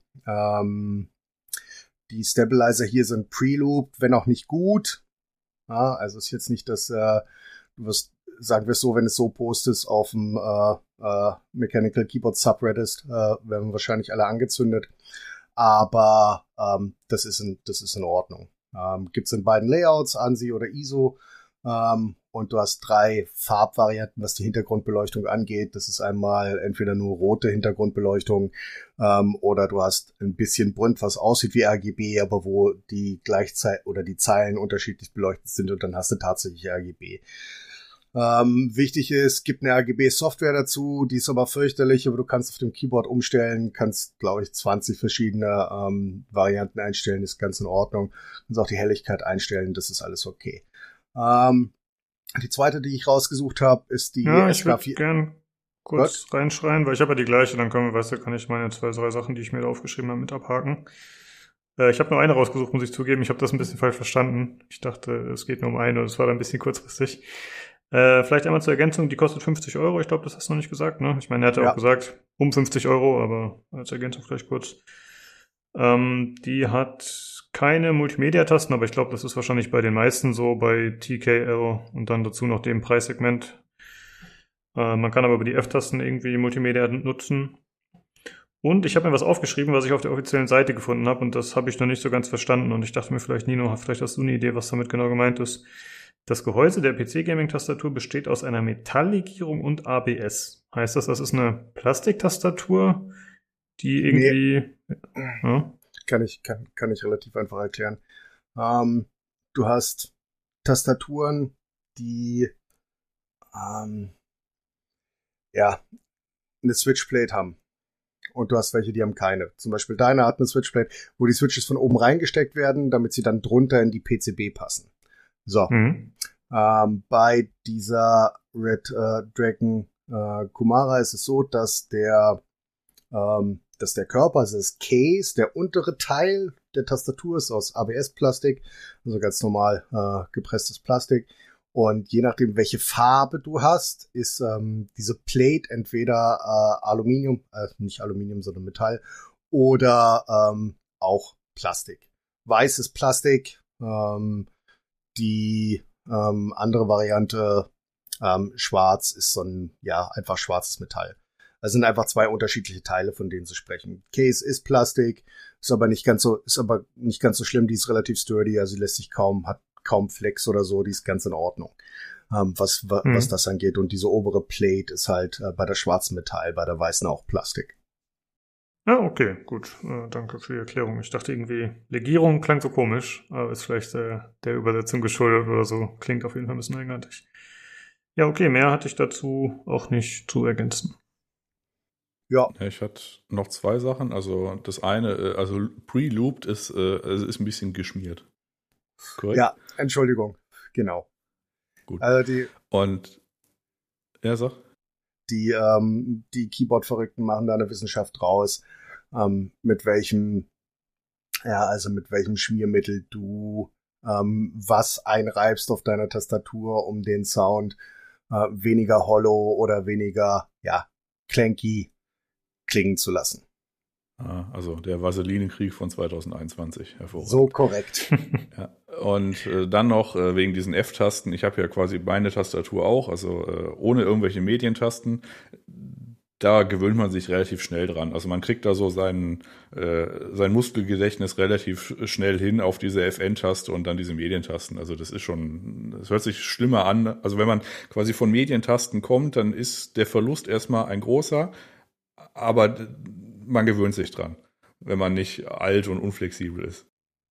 Stabilizer hier sind pre-looped, wenn auch nicht gut. Ja, also ist jetzt nicht, dass du wirst, sagen wir es so, wenn es so postest auf dem Mechanical Keyboard Subreddit, werden wahrscheinlich alle angezündet. Aber das ist in Ordnung. Gibt's in beiden Layouts, ANSI oder ISO. Und du hast 3 Farbvarianten, was die Hintergrundbeleuchtung angeht. Das ist einmal entweder nur rote Hintergrundbeleuchtung oder du hast ein bisschen bunt, was aussieht wie RGB, aber wo die gleichzeitig oder die Zeilen unterschiedlich beleuchtet sind und dann hast du tatsächlich RGB. Wichtig ist, gibt eine RGB-Software dazu, die ist aber fürchterlich, aber du kannst auf dem Keyboard umstellen, kannst, glaube ich, 20 verschiedene Varianten einstellen, ist ganz in Ordnung. Du kannst auch die Helligkeit einstellen, das ist alles okay. Die zweite, die ich rausgesucht habe, ist die SK4. Ich würde gern kurz reinschreien, weil ich habe ja die gleiche, dann kann ich meine 2, 3 Sachen, die ich mir da aufgeschrieben habe, mit abhaken. Ich habe nur eine rausgesucht, muss ich zugeben. Ich habe das ein bisschen falsch verstanden. Ich dachte, es geht nur um eine und es war dann ein bisschen kurzfristig. Vielleicht einmal zur Ergänzung, die kostet 50 €. Ich glaube, das hast du noch nicht gesagt, ne? Ich meine, er hatte auch gesagt, um 50 €, aber als Ergänzung vielleicht kurz. Die hat keine Multimedia-Tasten, aber ich glaube, das ist wahrscheinlich bei den meisten so, bei TKL und dann dazu noch dem Preissegment. Man kann aber über die F-Tasten irgendwie Multimedia nutzen. Und ich habe mir was aufgeschrieben, was ich auf der offiziellen Seite gefunden habe und das habe ich noch nicht so ganz verstanden und ich dachte mir vielleicht, Nino, vielleicht hast du eine Idee, was damit genau gemeint ist. Das Gehäuse der PC-Gaming-Tastatur besteht aus einer Metalllegierung und ABS. Heißt das ist eine Plastiktastatur, die irgendwie... Nee. Ja? Kann ich relativ einfach erklären. Du hast Tastaturen, die eine Switchplate haben. Und du hast welche, die haben keine. Zum Beispiel deine hat eine Switchplate, wo die Switches von oben reingesteckt werden, damit sie dann drunter in die PCB passen. So. Bei dieser Red Dragon Kumara ist es so, dass der Körper, also das Case, der untere Teil der Tastatur ist aus ABS-Plastik, also ganz normal gepresstes Plastik. Und je nachdem, welche Farbe du hast, ist diese Plate entweder Aluminium, nicht Aluminium, sondern Metall, oder auch Plastik. Weißes Plastik, die andere Variante schwarz ist so ein, einfach schwarzes Metall. Das sind einfach 2 unterschiedliche Teile, von denen sie sprechen. Case ist Plastik, ist aber nicht ganz so schlimm, die ist relativ sturdy, also lässt sich hat kaum Flex oder so, die ist ganz in Ordnung. Was das angeht. Und diese obere Plate ist halt bei der schwarzen Metall, bei der weißen auch Plastik. Ja, okay, gut. Danke für die Erklärung. Ich dachte irgendwie, Legierung klang so komisch, aber ist vielleicht der Übersetzung geschuldet oder so. Klingt auf jeden Fall ein bisschen eigenartig. Ja, okay, mehr hatte ich dazu auch nicht zu ergänzen. Ja. Ich hatte noch 2 Sachen. Also das eine, also pre-looped ist ein bisschen geschmiert. Korrekt? Ja, Entschuldigung. Genau. Gut. Also sag. Die Keyboard-Verrückten machen da eine Wissenschaft draus, mit welchem Schmiermittel du was einreibst auf deiner Tastatur, um den Sound weniger hollow oder weniger, clanky klingen zu lassen. Also der Vaselinenkrieg von 2021, hervorragend. So korrekt. Ja. Und dann noch wegen diesen F-Tasten, ich habe ja quasi meine Tastatur auch, also ohne irgendwelche Medientasten, da gewöhnt man sich relativ schnell dran. Also man kriegt da so sein Muskelgedächtnis relativ schnell hin auf diese FN-Taste und dann diese Medientasten. Also das hört sich schlimmer an. Also wenn man quasi von Medientasten kommt, dann ist der Verlust erstmal ein großer, aber man gewöhnt sich dran, wenn man nicht alt und unflexibel ist.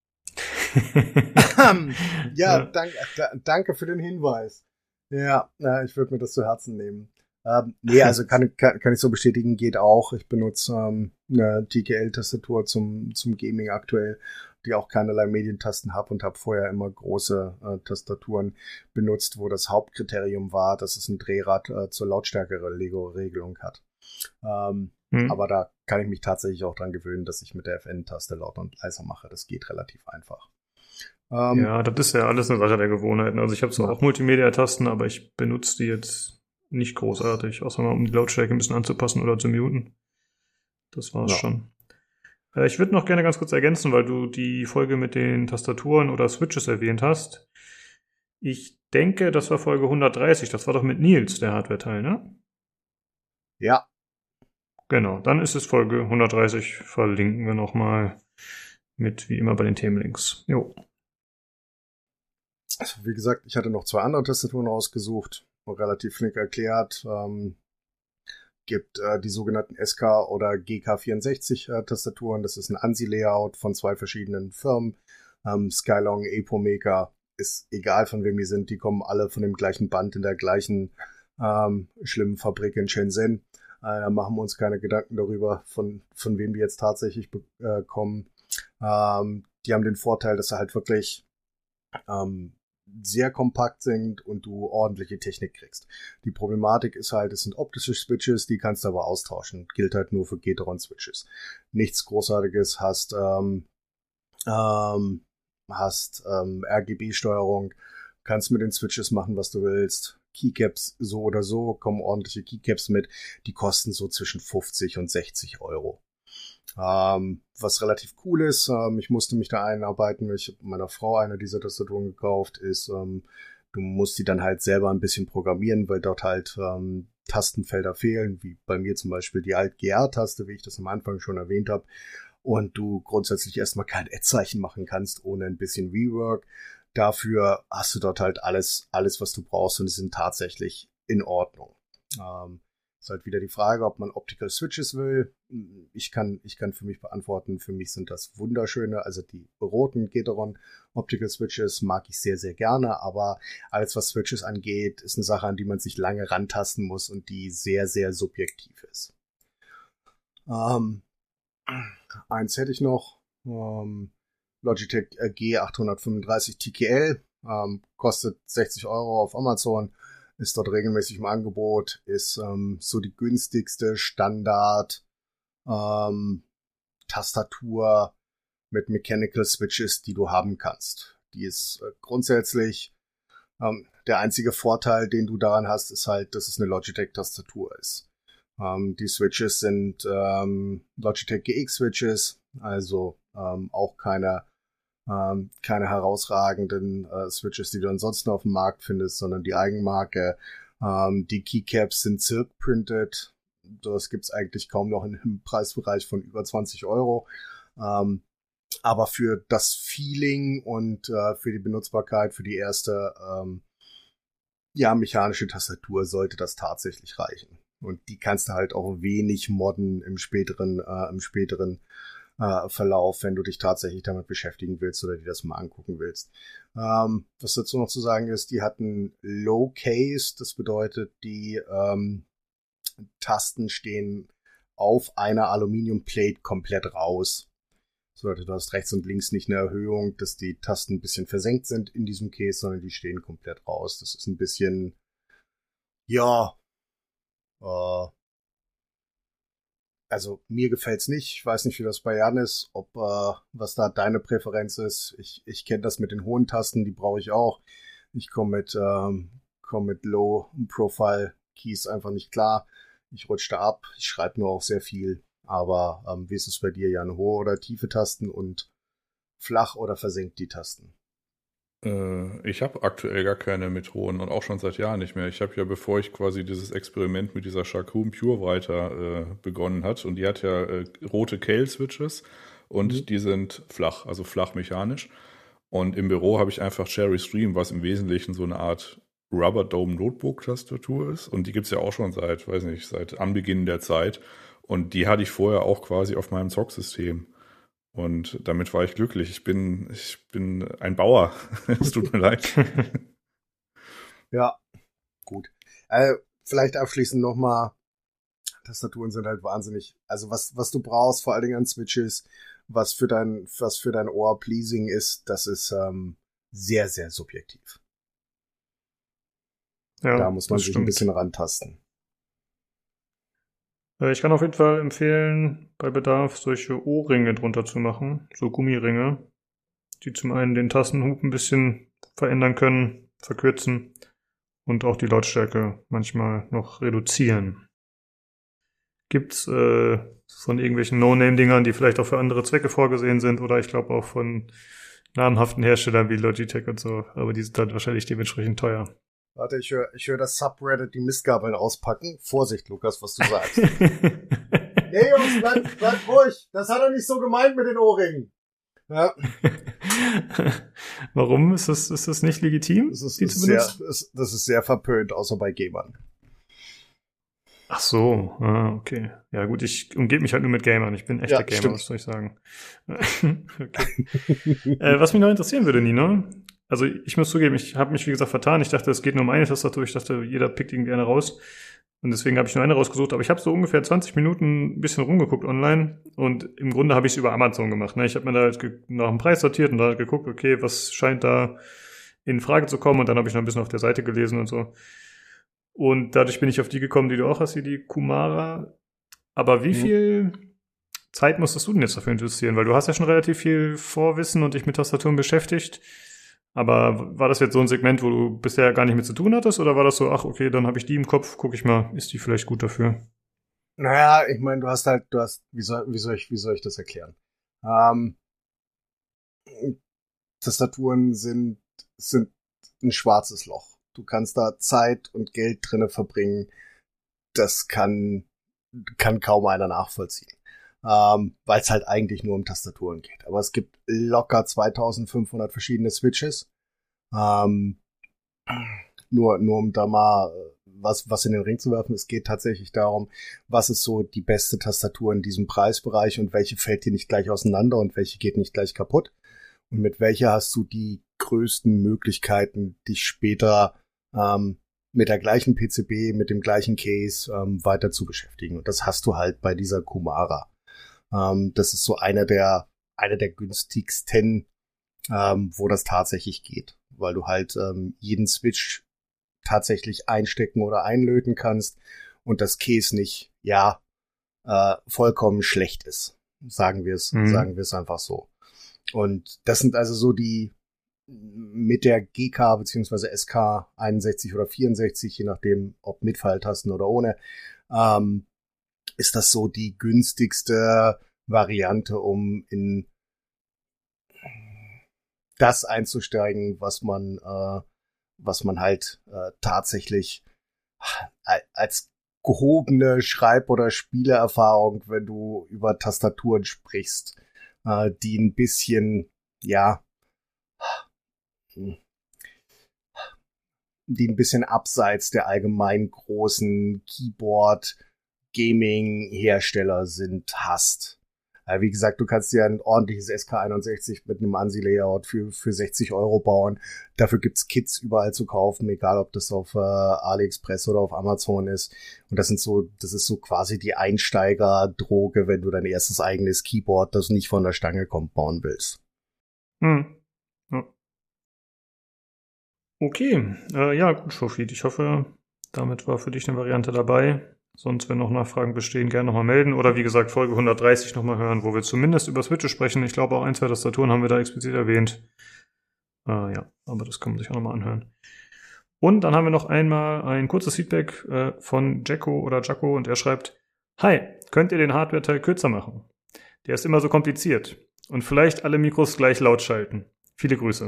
Danke für den Hinweis. Ja, ich würde mir das zu Herzen nehmen. Also kann ich so bestätigen, geht auch. Ich benutze eine TKL-Tastatur zum Gaming aktuell, die auch keinerlei Medientasten habe und habe vorher immer große Tastaturen benutzt, wo das Hauptkriterium war, dass es ein Drehrad zur Lautstärke-Regelung hat. Aber da kann ich mich tatsächlich auch dran gewöhnen, dass ich mit der FN-Taste lauter und leiser mache. Das geht relativ einfach. Ja, das ist ja alles eine Sache der Gewohnheiten. Also ich habe zwar auch Multimedia-Tasten, aber ich benutze die jetzt nicht großartig, außer mal um die Lautstärke ein bisschen anzupassen oder zu muten. Das war's schon. Ich würde noch gerne ganz kurz ergänzen, weil du die Folge mit den Tastaturen oder Switches erwähnt hast. Ich denke, das war Folge 130. Das war doch mit Nils, der Hardware-Teil, ne? Ja. Genau, dann ist es Folge 130. Verlinken wir nochmal mit, wie immer, bei den Themenlinks. Jo. Also, wie gesagt, ich hatte noch 2 andere Tastaturen rausgesucht, relativ flink erklärt. Gibt die sogenannten SK- oder GK64-Tastaturen. Das ist ein ANSI-Layout von 2 verschiedenen Firmen. Skylong, Epomaker, ist egal von wem die sind. Die kommen alle von dem gleichen Band in der gleichen schlimmen Fabrik in Shenzhen. Da machen wir uns keine Gedanken darüber, von wem die jetzt tatsächlich kommen. Die haben den Vorteil, dass sie halt wirklich sehr kompakt sind und du ordentliche Technik kriegst. Die Problematik ist halt, es sind optische Switches, die kannst du aber austauschen. Gilt halt nur für Gateron-Switches. Nichts Großartiges, hast RGB-Steuerung, kannst mit den Switches machen, was du willst. Keycaps so oder so, kommen ordentliche Keycaps mit. Die kosten so zwischen 50 und 60 Euro. Was relativ cool ist, ich musste mich da einarbeiten, weil ich habe meiner Frau eine dieser Tastaturen gekauft, ist, du musst die dann halt selber ein bisschen programmieren, weil dort halt Tastenfelder fehlen, wie bei mir zum Beispiel die Alt-GR-Taste, wie ich das am Anfang schon erwähnt habe, und du grundsätzlich erstmal kein Ad-Zeichen machen kannst, ohne ein bisschen Rework. Dafür hast du dort halt alles, was du brauchst, und die sind tatsächlich in Ordnung. Ist halt wieder die Frage, ob man Optical Switches will. Ich kann für mich beantworten, für mich sind das wunderschöne, also die roten Gateron Optical Switches mag ich sehr, sehr gerne, aber alles, was Switches angeht, ist eine Sache, an die man sich lange rantasten muss und die sehr, sehr subjektiv ist. Eins hätte ich noch, Logitech G835 TKL, kostet 60 Euro auf Amazon. Ist dort regelmäßig im Angebot, ist so die günstigste Standard Tastatur mit Mechanical Switches, die du haben kannst. Die ist grundsätzlich der einzige Vorteil, den du daran hast, ist halt, dass es eine Logitech-Tastatur ist. Die Switches sind Logitech GX-Switches, also auch keine herausragenden Switches, die du ansonsten auf dem Markt findest, sondern die Eigenmarke. Die Keycaps sind Silk-printed. Das gibt's eigentlich kaum noch im Preisbereich von über 20 Euro. Aber für das Feeling und für die Benutzbarkeit, für die erste mechanische Tastatur sollte das tatsächlich reichen. Und die kannst du halt auch wenig modden im späteren Verlauf, wenn du dich tatsächlich damit beschäftigen willst oder dir das mal angucken willst. Was dazu noch zu sagen ist, die hatten Low Case, das bedeutet, die Tasten stehen auf einer Aluminiumplate komplett raus. So, du hast rechts und links nicht eine Erhöhung, dass die Tasten ein bisschen versenkt sind in diesem Case, sondern die stehen komplett raus. Das ist ein bisschen, also mir gefällt's nicht. Ich weiß nicht, wie das bei Jan ist, was da deine Präferenz ist. Ich kenne das mit den hohen Tasten, die brauche ich auch. Ich komme mit Low Profile Keys einfach nicht klar. Ich rutsche da ab. Ich schreibe nur auch sehr viel. Aber wie ist es bei dir, Jan? Hohe oder tiefe Tasten und flach oder versenkt die Tasten? Ich habe aktuell gar keine mit hohen und auch schon seit Jahren nicht mehr. Ich habe ja, bevor ich quasi dieses Experiment mit dieser Chacun Pure Writer begonnen hat, und die hat ja rote Kehl-Switches und die sind flach, also flach mechanisch. Und im Büro habe ich einfach Cherry Stream, was im Wesentlichen so eine Art Rubber Dome Notebook Tastatur ist. Und die gibt's ja auch schon seit Anbeginn der Zeit. Und die hatte ich vorher auch quasi auf meinem Zocksystem. Und damit war ich glücklich. Ich bin ein Bauer. Es tut mir leid. Ja, gut. Vielleicht abschließend nochmal. Tastaturen sind halt wahnsinnig. Also was du brauchst, vor allen Dingen an Switches, was für dein Ohr pleasing ist, das ist sehr, sehr subjektiv. Ja, da muss man sich ein bisschen rantasten. Ich kann auf jeden Fall empfehlen, bei Bedarf solche Ohrringe drunter zu machen, so Gummiringe, die zum einen den Tastenhub ein bisschen verändern können, verkürzen und auch die Lautstärke manchmal noch reduzieren. Gibt's von irgendwelchen No-Name-Dingern, die vielleicht auch für andere Zwecke vorgesehen sind, oder ich glaube auch von namhaften Herstellern wie Logitech und so, aber die sind dann wahrscheinlich dementsprechend teuer. Warte, ich höre das Subreddit die Mistgabeln auspacken. Vorsicht, Lukas, was du sagst. Nee, Jungs, bleib ruhig. Das hat er nicht so gemeint mit den Ohrringen. Ja. Warum? Ist das nicht legitim? Das ist sehr verpönt, außer bei Gamern. Ach so, okay. Ja gut, ich umgebe mich halt nur mit Gamern. Ich bin echter Gamer, stimmt. Was soll ich sagen? Okay. Was mich noch interessieren würde, Nino, also ich muss zugeben, ich habe mich wie gesagt vertan. Ich dachte, es geht nur um eine Tastatur. Ich dachte, jeder pickt ihn gerne raus. Und deswegen habe ich nur eine rausgesucht. Aber ich habe so ungefähr 20 Minuten ein bisschen rumgeguckt online. Und im Grunde habe ich es über Amazon gemacht. Ne? Ich habe mir da halt nach dem Preis sortiert und da halt geguckt, okay, was scheint da in Frage zu kommen. Und dann habe ich noch ein bisschen auf der Seite gelesen und so. Und dadurch bin ich auf die gekommen, die du auch hast, wie die Kumara. Aber wie viel Zeit musstest du denn jetzt dafür investieren? Weil du hast ja schon relativ viel Vorwissen und dich mit Tastaturen beschäftigt. Aber war das jetzt so ein Segment, wo du bisher gar nicht mit zu tun hattest? Oder war das so, ach okay, dann habe ich die im Kopf, gucke ich mal, ist die vielleicht gut dafür? Naja, ich meine, wie soll ich das erklären? Tastaturen sind ein schwarzes Loch. Du kannst da Zeit und Geld drinne verbringen. Das kann kaum einer nachvollziehen. Weil es halt eigentlich nur um Tastaturen geht. Aber es gibt locker 2500 verschiedene Switches. Nur um da mal was in den Ring zu werfen. Es geht tatsächlich darum, was ist so die beste Tastatur in diesem Preisbereich und welche fällt dir nicht gleich auseinander und welche geht nicht gleich kaputt. Und mit welcher hast du die größten Möglichkeiten, dich später mit der gleichen PCB, mit dem gleichen Case weiter zu beschäftigen. Und das hast du halt bei dieser Kumara. Das ist so einer der günstigsten, wo das tatsächlich geht, weil du halt jeden Switch tatsächlich einstecken oder einlöten kannst und das Case nicht, vollkommen schlecht ist. Sagen wir es einfach so. Und das sind also so die mit der GK bzw. SK 61 oder 64, je nachdem, ob mit Pfeiltasten oder ohne, ist das so die günstigste Variante, um in das einzusteigen, was man halt tatsächlich als gehobene Schreib- oder Spieleerfahrung, wenn du über Tastaturen sprichst, die ein bisschen, die ein bisschen abseits der allgemein großen Keyboard-Gaming-Hersteller sind, hast. Wie gesagt, du kannst dir ein ordentliches SK61 mit einem ANSI-Layout für 60 € bauen. Dafür gibt's Kits überall zu kaufen, egal ob das auf AliExpress oder auf Amazon ist. Und das ist so quasi die Einsteigerdroge, wenn du dein erstes eigenes Keyboard, das nicht von der Stange kommt, bauen willst. Ja. Okay, ja, gut, Shofit. Ich hoffe, damit war für dich eine Variante dabei. Sonst, wenn noch Nachfragen bestehen, gerne nochmal melden. Oder wie gesagt, Folge 130 nochmal hören, wo wir zumindest über Switches sprechen. Ich glaube, auch 1, 2 Tastaturen haben wir da explizit erwähnt. Ja, aber das kann man sich auch nochmal anhören. Und dann haben wir noch einmal ein kurzes Feedback von Jacko und er schreibt: Hi, könnt ihr den Hardware-Teil kürzer machen? Der ist immer so kompliziert. Und vielleicht alle Mikros gleich laut schalten. Viele Grüße.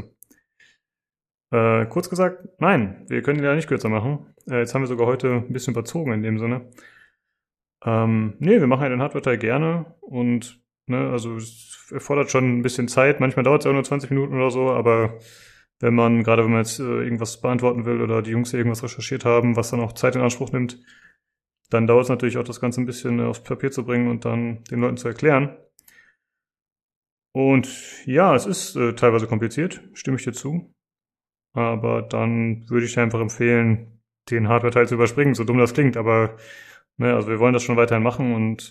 Kurz gesagt, nein, wir können ihn ja nicht kürzer machen. Jetzt haben wir sogar heute ein bisschen überzogen in dem Sinne. Nee, wir machen ja den Hardware-Teil gerne und also es erfordert schon ein bisschen Zeit. Manchmal dauert es auch nur 20 Minuten oder so, aber wenn man jetzt irgendwas beantworten will oder die Jungs irgendwas recherchiert haben, was dann auch Zeit in Anspruch nimmt, dann dauert es natürlich auch, das Ganze ein bisschen aufs Papier zu bringen und dann den Leuten zu erklären. Und ja, es ist teilweise kompliziert, stimme ich dir zu. Aber dann würde ich einfach empfehlen, den Hardware-Teil zu überspringen, so dumm das klingt. Aber also wir wollen das schon weiterhin machen und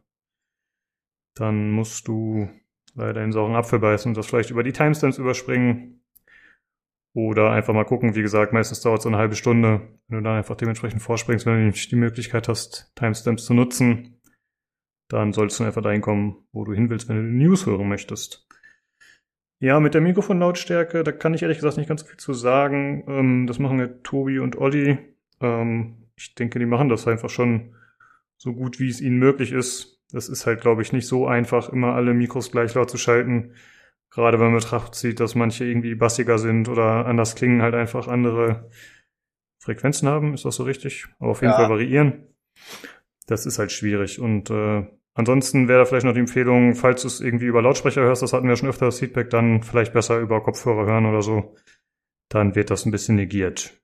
dann musst du leider in den sauren Apfel beißen und das vielleicht über die Timestamps überspringen. Oder einfach mal gucken, wie gesagt, meistens dauert es so eine halbe Stunde. Wenn du dann einfach dementsprechend vorspringst, wenn du nicht die Möglichkeit hast, Timestamps zu nutzen, dann solltest du einfach dahin kommen, wo du hin willst, wenn du die News hören möchtest. Ja, mit der Mikrofonlautstärke, da kann ich ehrlich gesagt nicht ganz viel zu sagen. Das machen ja Tobi und Olli. Ich denke, die machen das einfach schon so gut, wie es ihnen möglich ist. Das ist halt, glaube ich, nicht so einfach, immer alle Mikros gleich laut zu schalten. Gerade wenn man in Betracht zieht, dass manche irgendwie bassiger sind oder anders klingen, halt einfach andere Frequenzen haben. Ist das so richtig? Aber auf jeden Fall variieren. Das ist halt schwierig. Und ansonsten wäre da vielleicht noch die Empfehlung, falls du es irgendwie über Lautsprecher hörst, das hatten wir schon öfter das Feedback, dann vielleicht besser über Kopfhörer hören oder so. Dann wird das ein bisschen negiert.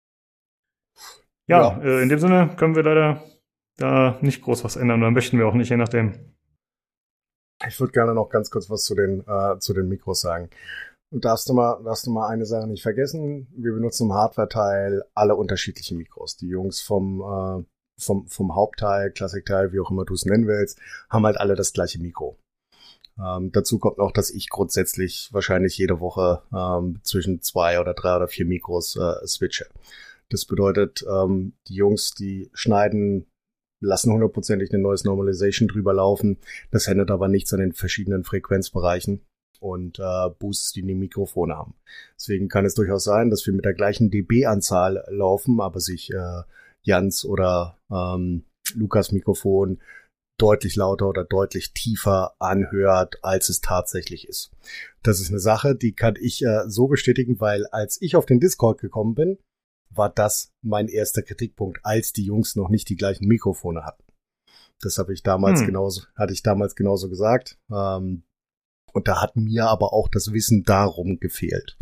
Ja. In dem Sinne können wir leider da nicht groß was ändern, oder möchten wir auch nicht, je nachdem. Ich würde gerne noch ganz kurz was zu den Mikros sagen. Und darfst du mal eine Sache nicht vergessen. Wir benutzen im Hardware-Teil alle unterschiedlichen Mikros. Die Jungs vom Hauptteil, Klassikteil, wie auch immer du es nennen willst, haben halt alle das gleiche Mikro. Dazu kommt noch, dass ich grundsätzlich wahrscheinlich jede Woche zwischen 2 oder 3 oder 4 Mikros switche. Das bedeutet, die Jungs, die lassen hundertprozentig eine Noise Normalization drüber laufen. Das ändert aber nichts an den verschiedenen Frequenzbereichen und Boosts, die Mikrofone haben. Deswegen kann es durchaus sein, dass wir mit der gleichen dB-Anzahl laufen, aber sich Jans oder Lukas Mikrofon deutlich lauter oder deutlich tiefer anhört, als es tatsächlich ist. Das ist eine Sache, die kann ich so bestätigen, weil als ich auf den Discord gekommen bin, war das mein erster Kritikpunkt, als die Jungs noch nicht die gleichen Mikrofone hatten. Das hatte ich damals genauso gesagt. Und da hat mir aber auch das Wissen darum gefehlt.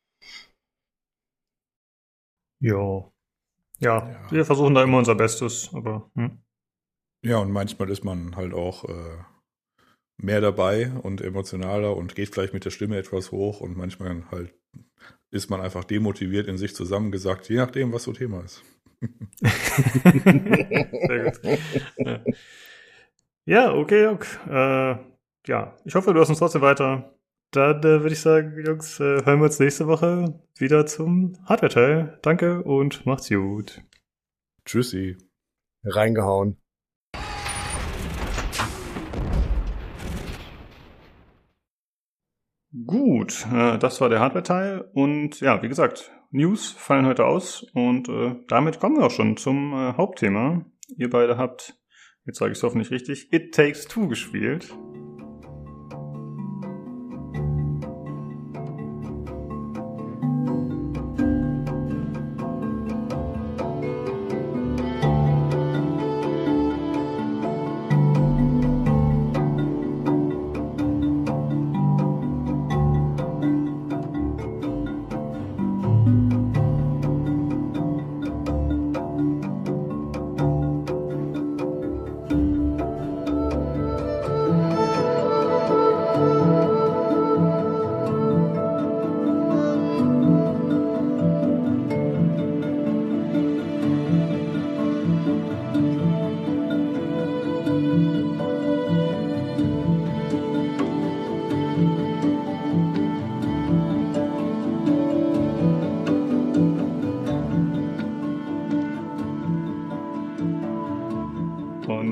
Ja, wir versuchen da immer unser Bestes, aber Ja, und manchmal ist man halt auch mehr dabei und emotionaler und geht vielleicht mit der Stimme etwas hoch und manchmal halt ist man einfach demotiviert in sich zusammengesackt, je nachdem, was so Thema ist. Sehr gut. Ja, okay. Ja, ich hoffe, du hörst uns trotzdem weiter. Dann würde ich sagen, Jungs, hören wir uns nächste Woche wieder zum Hardware-Teil. Danke und macht's gut. Tschüssi. Reingehauen. Gut, das war der Hardware-Teil und ja, wie gesagt, News fallen heute aus und damit kommen wir auch schon zum Hauptthema. Ihr beide habt, jetzt sage ich es hoffentlich richtig, It Takes Two gespielt.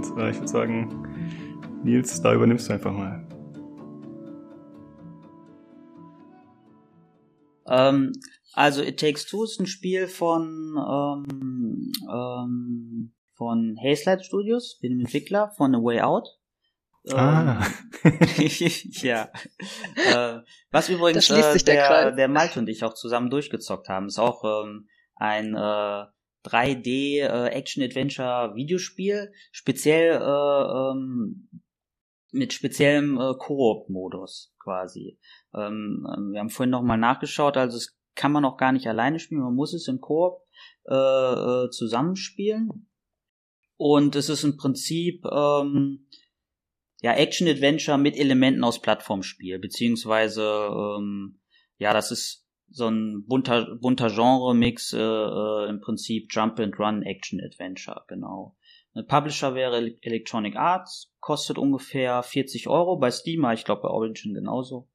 Und ich würde sagen, Nils, da übernimmst du einfach mal. Also It Takes Two ist ein Spiel von Hazelight Studios, dem Entwickler von A Way Out. Ja. Was übrigens der Malte und ich auch zusammen durchgezockt haben, ist auch ein 3D Action-Adventure-Videospiel, speziell mit speziellem Koop-Modus quasi. Wir haben vorhin nochmal nachgeschaut, also es kann man auch gar nicht alleine spielen, man muss es im Koop zusammenspielen. Und es ist im Prinzip Action-Adventure mit Elementen aus Plattformspiel, beziehungsweise das ist so ein bunter Genre-Mix, im Prinzip Jump-and-Run Action-Adventure, genau. Ein Publisher wäre Electronic Arts, kostet ungefähr 40 €, bei Steam, ich glaube bei Origin genauso.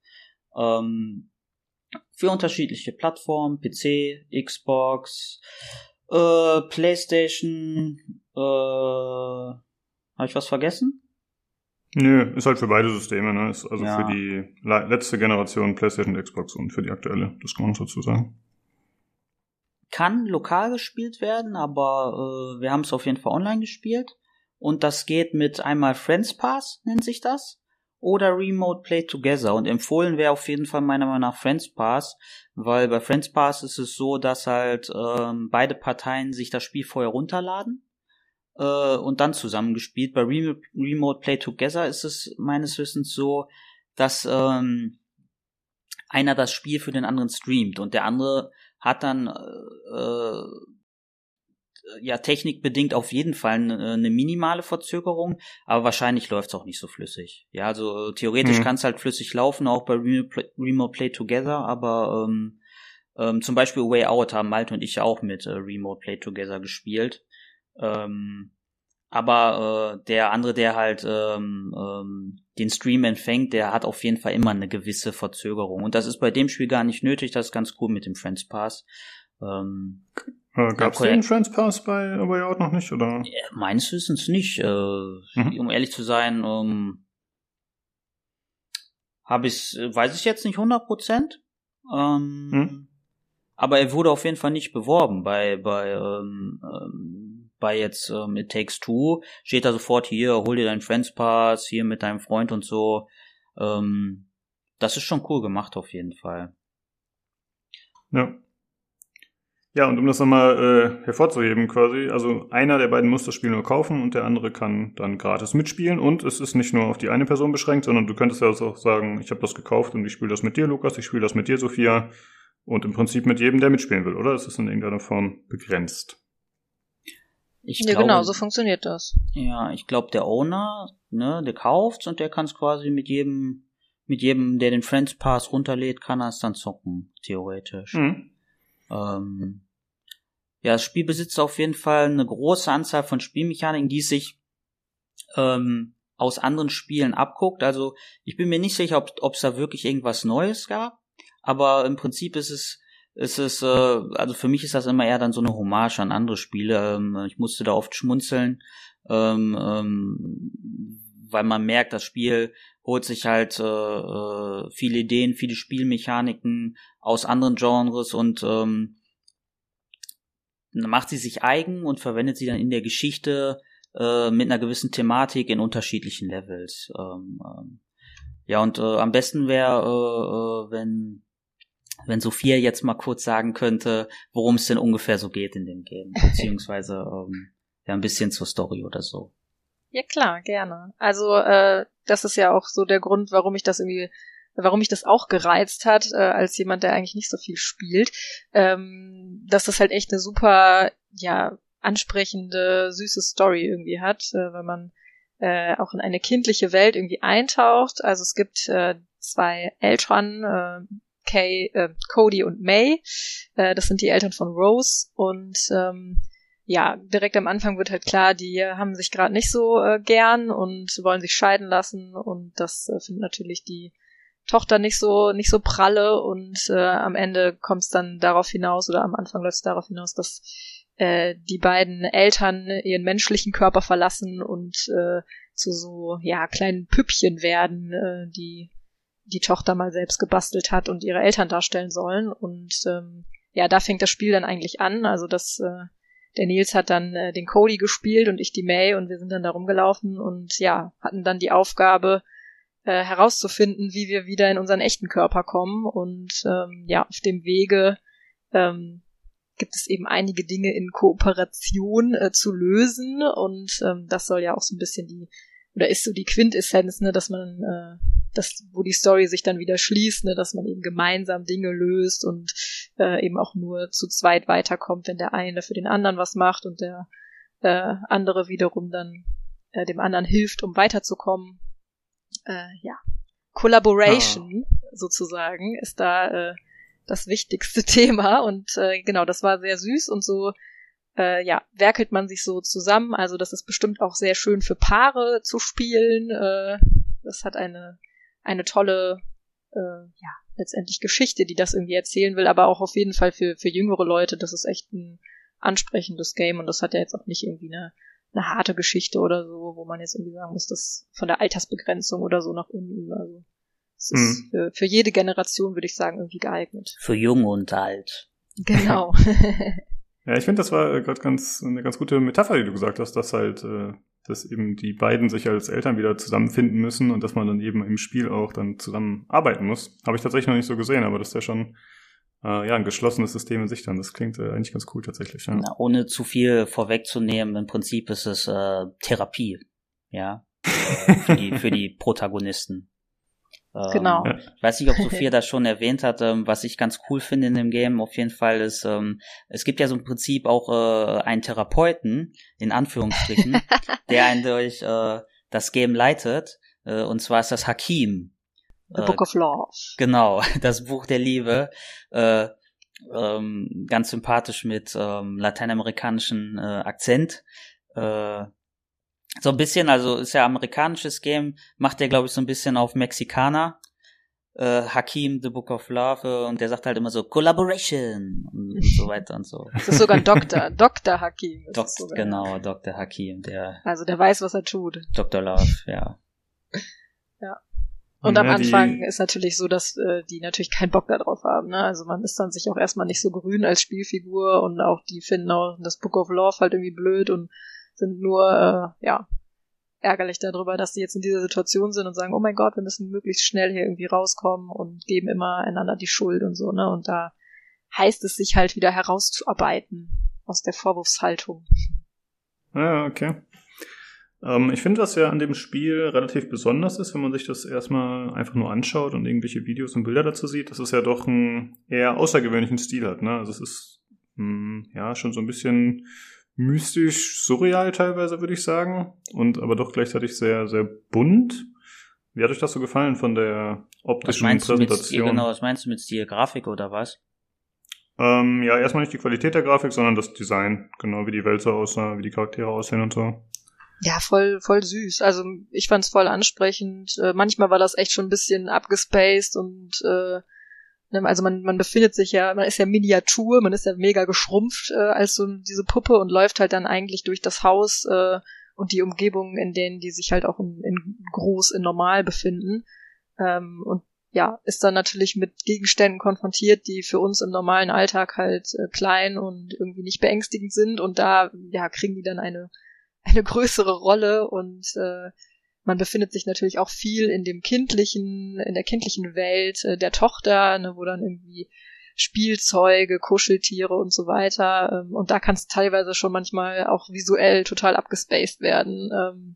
Für unterschiedliche Plattformen, PC, Xbox, PlayStation, habe ich was vergessen? Nö, ist halt für beide Systeme, ne? Ist also für die letzte Generation PlayStation, Xbox und für die aktuelle, das kann man dazu sagen. Kann lokal gespielt werden, aber wir haben es auf jeden Fall online gespielt. Und das geht mit einmal Friends Pass, nennt sich das, oder Remote Play Together. Und empfohlen wäre auf jeden Fall meiner Meinung nach Friends Pass, weil bei Friends Pass ist es so, dass halt beide Parteien sich das Spiel vorher runterladen und dann zusammengespielt. Bei Remote Play Together ist es meines Wissens so, dass einer das Spiel für den anderen streamt und der andere hat dann technikbedingt auf jeden Fall eine minimale Verzögerung, aber wahrscheinlich läuft's auch nicht so flüssig. Ja, also theoretisch kann es halt flüssig laufen, auch bei Remote Play Together, aber zum Beispiel Way Out haben Malte und ich auch mit Remote Play Together gespielt. Aber der andere, der halt den Stream empfängt, der hat auf jeden Fall immer eine gewisse Verzögerung. Und das ist bei dem Spiel gar nicht nötig, das ist ganz cool mit dem Friends Pass. Gab es den Friends Pass bei A Way Out noch nicht, oder? Meines Wissens nicht. Um ehrlich zu sein, weiß ich jetzt nicht 100%. Aber er wurde auf jeden Fall nicht beworben. Bei jetzt It Takes Two steht da sofort hier, hol dir deinen Friends Pass, hier mit deinem Freund und so. Das ist schon cool gemacht auf jeden Fall. Ja. Ja, und um das nochmal hervorzuheben quasi, also einer der beiden muss das Spiel nur kaufen und der andere kann dann gratis mitspielen und es ist nicht nur auf die eine Person beschränkt, sondern du könntest ja auch sagen, ich habe das gekauft und ich spiele das mit dir, Lukas, ich spiele das mit dir, Sophia und im Prinzip mit jedem, der mitspielen will, oder? Ist das in irgendeiner Form begrenzt? Ich glaube, genau, so funktioniert das. Ja, ich glaube, der Owner, ne, der kauft's und der kann es quasi mit jedem, der den Friends Pass runterlädt, kann er es dann zocken, theoretisch. Das Spiel besitzt auf jeden Fall eine große Anzahl von Spielmechaniken, die es sich aus anderen Spielen abguckt. Also ich bin mir nicht sicher, ob es da wirklich irgendwas Neues gab, aber im Prinzip ist es also für mich ist das immer eher dann so eine Hommage an andere Spiele. Ich musste da oft schmunzeln, weil man merkt, das Spiel holt sich halt viele Ideen, viele Spielmechaniken aus anderen Genres und macht sie sich eigen und verwendet sie dann in der Geschichte mit einer gewissen Thematik in unterschiedlichen Levels. Und am besten wäre, wenn Sophia jetzt mal kurz sagen könnte, worum es denn ungefähr so geht in dem Game, beziehungsweise ein bisschen zur Story oder so. Ja klar, gerne. Also das ist ja auch so der Grund, warum mich das auch gereizt hat, als jemand, der eigentlich nicht so viel spielt, dass das halt echt eine super, ansprechende, süße Story irgendwie hat, wenn man auch in eine kindliche Welt irgendwie eintaucht. Also es gibt 2 Eltern, Cody und May. Das sind die Eltern von Rose und direkt am Anfang wird halt klar, die haben sich gerade nicht so gern und wollen sich scheiden lassen und das findet natürlich die Tochter nicht so pralle und am Ende kommt es dann darauf hinaus oder am Anfang läuft es darauf hinaus, dass die beiden Eltern ihren menschlichen Körper verlassen und zu so kleinen Püppchen werden, die Tochter mal selbst gebastelt hat und ihre Eltern darstellen sollen. Und da fängt das Spiel dann eigentlich an. Also der Nils hat dann den Cody gespielt und ich die May und wir sind dann da rumgelaufen und hatten dann die Aufgabe herauszufinden, wie wir wieder in unseren echten Körper kommen. Und auf dem Wege gibt es eben einige Dinge in Kooperation zu lösen und das soll ja auch so ein bisschen ist so die Quintessenz, ne, dass man wo die Story sich dann wieder schließt, ne, dass man eben gemeinsam Dinge löst und eben auch nur zu zweit weiterkommt, wenn der eine für den anderen was macht und der andere wiederum dann dem anderen hilft, um weiterzukommen. Collaboration sozusagen ist da das wichtigste Thema und das war sehr süß und so werkelt man sich so zusammen, also das ist bestimmt auch sehr schön für Paare zu spielen, das hat eine tolle letztendlich Geschichte, die das irgendwie erzählen will, aber auch auf jeden Fall für jüngere Leute, das ist echt ein ansprechendes Game und das hat ja jetzt auch nicht irgendwie eine harte Geschichte oder so, wo man jetzt irgendwie sagen muss, das von der Altersbegrenzung oder so nach unten, also es ist für jede Generation, würde ich sagen, irgendwie geeignet. Für jung und alt. Genau. Ja, ich finde, das war gerade eine ganz gute Metapher, die du gesagt hast, dass halt, dass eben die beiden sich als Eltern wieder zusammenfinden müssen und dass man dann eben im Spiel auch dann zusammen arbeiten muss. Habe ich tatsächlich noch nicht so gesehen, aber das ist ja schon ein geschlossenes System in sich dann. Das klingt eigentlich ganz cool tatsächlich. Ja. Na, ohne zu viel vorwegzunehmen, im Prinzip ist es Therapie, ja, für die Protagonisten. Genau. Ich weiß nicht, ob Sophia das schon erwähnt hat, was ich ganz cool finde in dem Game auf jeden Fall ist, es gibt ja so im Prinzip auch einen Therapeuten, in Anführungsstrichen, der einen durch das Game leitet, und zwar ist das Hakim. The Book of Love. Genau, das Buch der Liebe, ganz sympathisch mit lateinamerikanischem Akzent, so ein bisschen, also ist ja amerikanisches Game, macht der glaube ich so ein bisschen auf Mexikaner, Hakim, The Book of Love, und der sagt halt immer so Collaboration und so weiter und so. Das ist sogar ein Dr. Hakim. Genau, Dr. Hakim, der weiß, was er tut. Dr. Love, ja. Ja. Und am Anfang ist natürlich so, dass die natürlich keinen Bock da drauf haben, ne? Also man ist dann sich auch erstmal nicht so grün als Spielfigur und auch die finden auch das Book of Love halt irgendwie blöd und sind nur, ärgerlich darüber, dass die jetzt in dieser Situation sind und sagen, oh mein Gott, wir müssen möglichst schnell hier irgendwie rauskommen und geben immer einander die Schuld und so, ne? Und da heißt es, sich halt wieder herauszuarbeiten aus der Vorwurfshaltung. Ja, okay. Ich finde, was ja an dem Spiel relativ besonders ist, wenn man sich das erstmal einfach nur anschaut und irgendwelche Videos und Bilder dazu sieht, dass es ja doch einen eher außergewöhnlichen Stil hat, ne? Also es ist, schon so ein bisschen mystisch, surreal teilweise, würde ich sagen. Und aber doch gleichzeitig sehr, sehr bunt. Wie hat euch das so gefallen von der optischen Präsentation? Was meinst du mit Stil? Grafik oder was? Erstmal nicht die Qualität der Grafik, sondern das Design. Genau, wie die Welt so aussah, wie die Charaktere aussehen und so. Ja, voll süß. Also ich fand's voll ansprechend. Manchmal war das echt schon ein bisschen abgespaced und also man befindet sich ja, man ist ja Miniatur, man ist ja mega geschrumpft als so diese Puppe und läuft halt dann eigentlich durch das Haus und die Umgebungen, in denen die sich halt auch in groß, in normal befinden. Und ja, ist dann natürlich mit Gegenständen konfrontiert, die für uns im normalen Alltag halt klein und irgendwie nicht beängstigend sind und da kriegen die dann eine größere Rolle und man befindet sich natürlich auch viel in der kindlichen Welt der Tochter, ne, wo dann irgendwie Spielzeuge, Kuscheltiere und so weiter. Und da kann es teilweise schon manchmal auch visuell total abgespaced werden.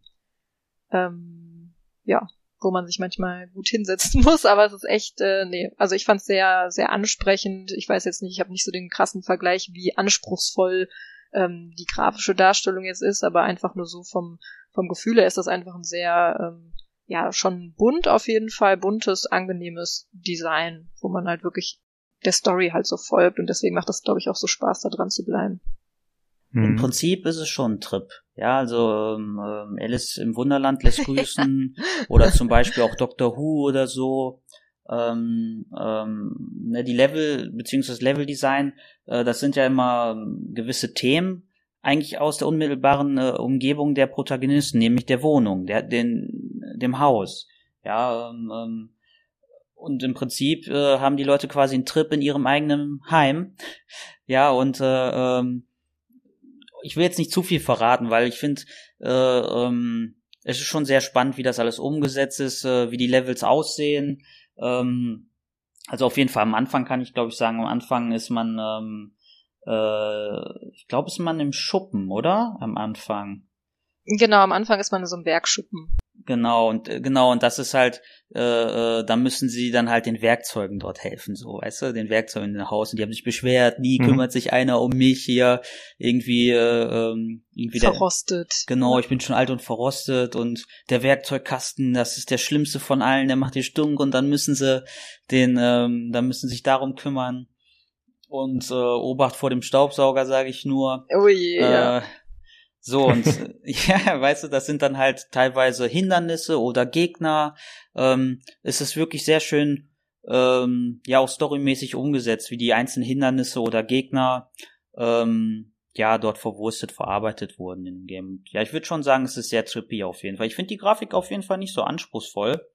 Wo man sich manchmal gut hinsetzen muss, aber es ist echt, also ich fand es sehr, sehr ansprechend. Ich weiß jetzt nicht, ich habe nicht so den krassen Vergleich, wie anspruchsvoll die grafische Darstellung jetzt ist, aber einfach nur so vom Gefühl her ist das einfach ein sehr, schon bunt auf jeden Fall, buntes, angenehmes Design, wo man halt wirklich der Story halt so folgt und deswegen macht das, glaube ich, auch so Spaß, da dran zu bleiben. Im Prinzip ist es schon ein Trip. Ja, also Alice im Wunderland lässt grüßen oder zum Beispiel auch Doctor Who oder so. die Level beziehungsweise das Leveldesign, das sind ja immer gewisse Themen eigentlich aus der unmittelbaren Umgebung der Protagonisten, nämlich der Wohnung, dem Haus. Ja, und im Prinzip haben die Leute quasi einen Trip in ihrem eigenen Heim. Ja, und ich will jetzt nicht zu viel verraten, weil ich finde, es ist schon sehr spannend, wie das alles umgesetzt ist, wie die Levels aussehen. Also auf jeden Fall am Anfang kann ich, glaube ich, sagen, am Anfang ist man, ich glaube, ist man im Schuppen, oder? Am Anfang. Genau, am Anfang ist man in so einem Werkschuppen. Genau, und das ist halt, da müssen sie dann halt den Werkzeugen dort helfen, so, weißt du, den Werkzeugen in dem Haus, und die haben sich beschwert, nie kümmert sich einer um mich hier, irgendwie verrostet. Genau, ich bin schon alt und verrostet, und der Werkzeugkasten, das ist der schlimmste von allen, der macht den Stunk, und dann müssen sie sich darum kümmern, und Obacht vor dem Staubsauger, sage ich nur. Oh je, ja. So, und ja, weißt du, das sind dann halt teilweise Hindernisse oder Gegner. Es ist wirklich sehr schön, auch storymäßig umgesetzt, wie die einzelnen Hindernisse oder Gegner dort verarbeitet wurden in dem Game. Ja, ich würde schon sagen, es ist sehr trippy auf jeden Fall. Ich finde die Grafik auf jeden Fall nicht so anspruchsvoll.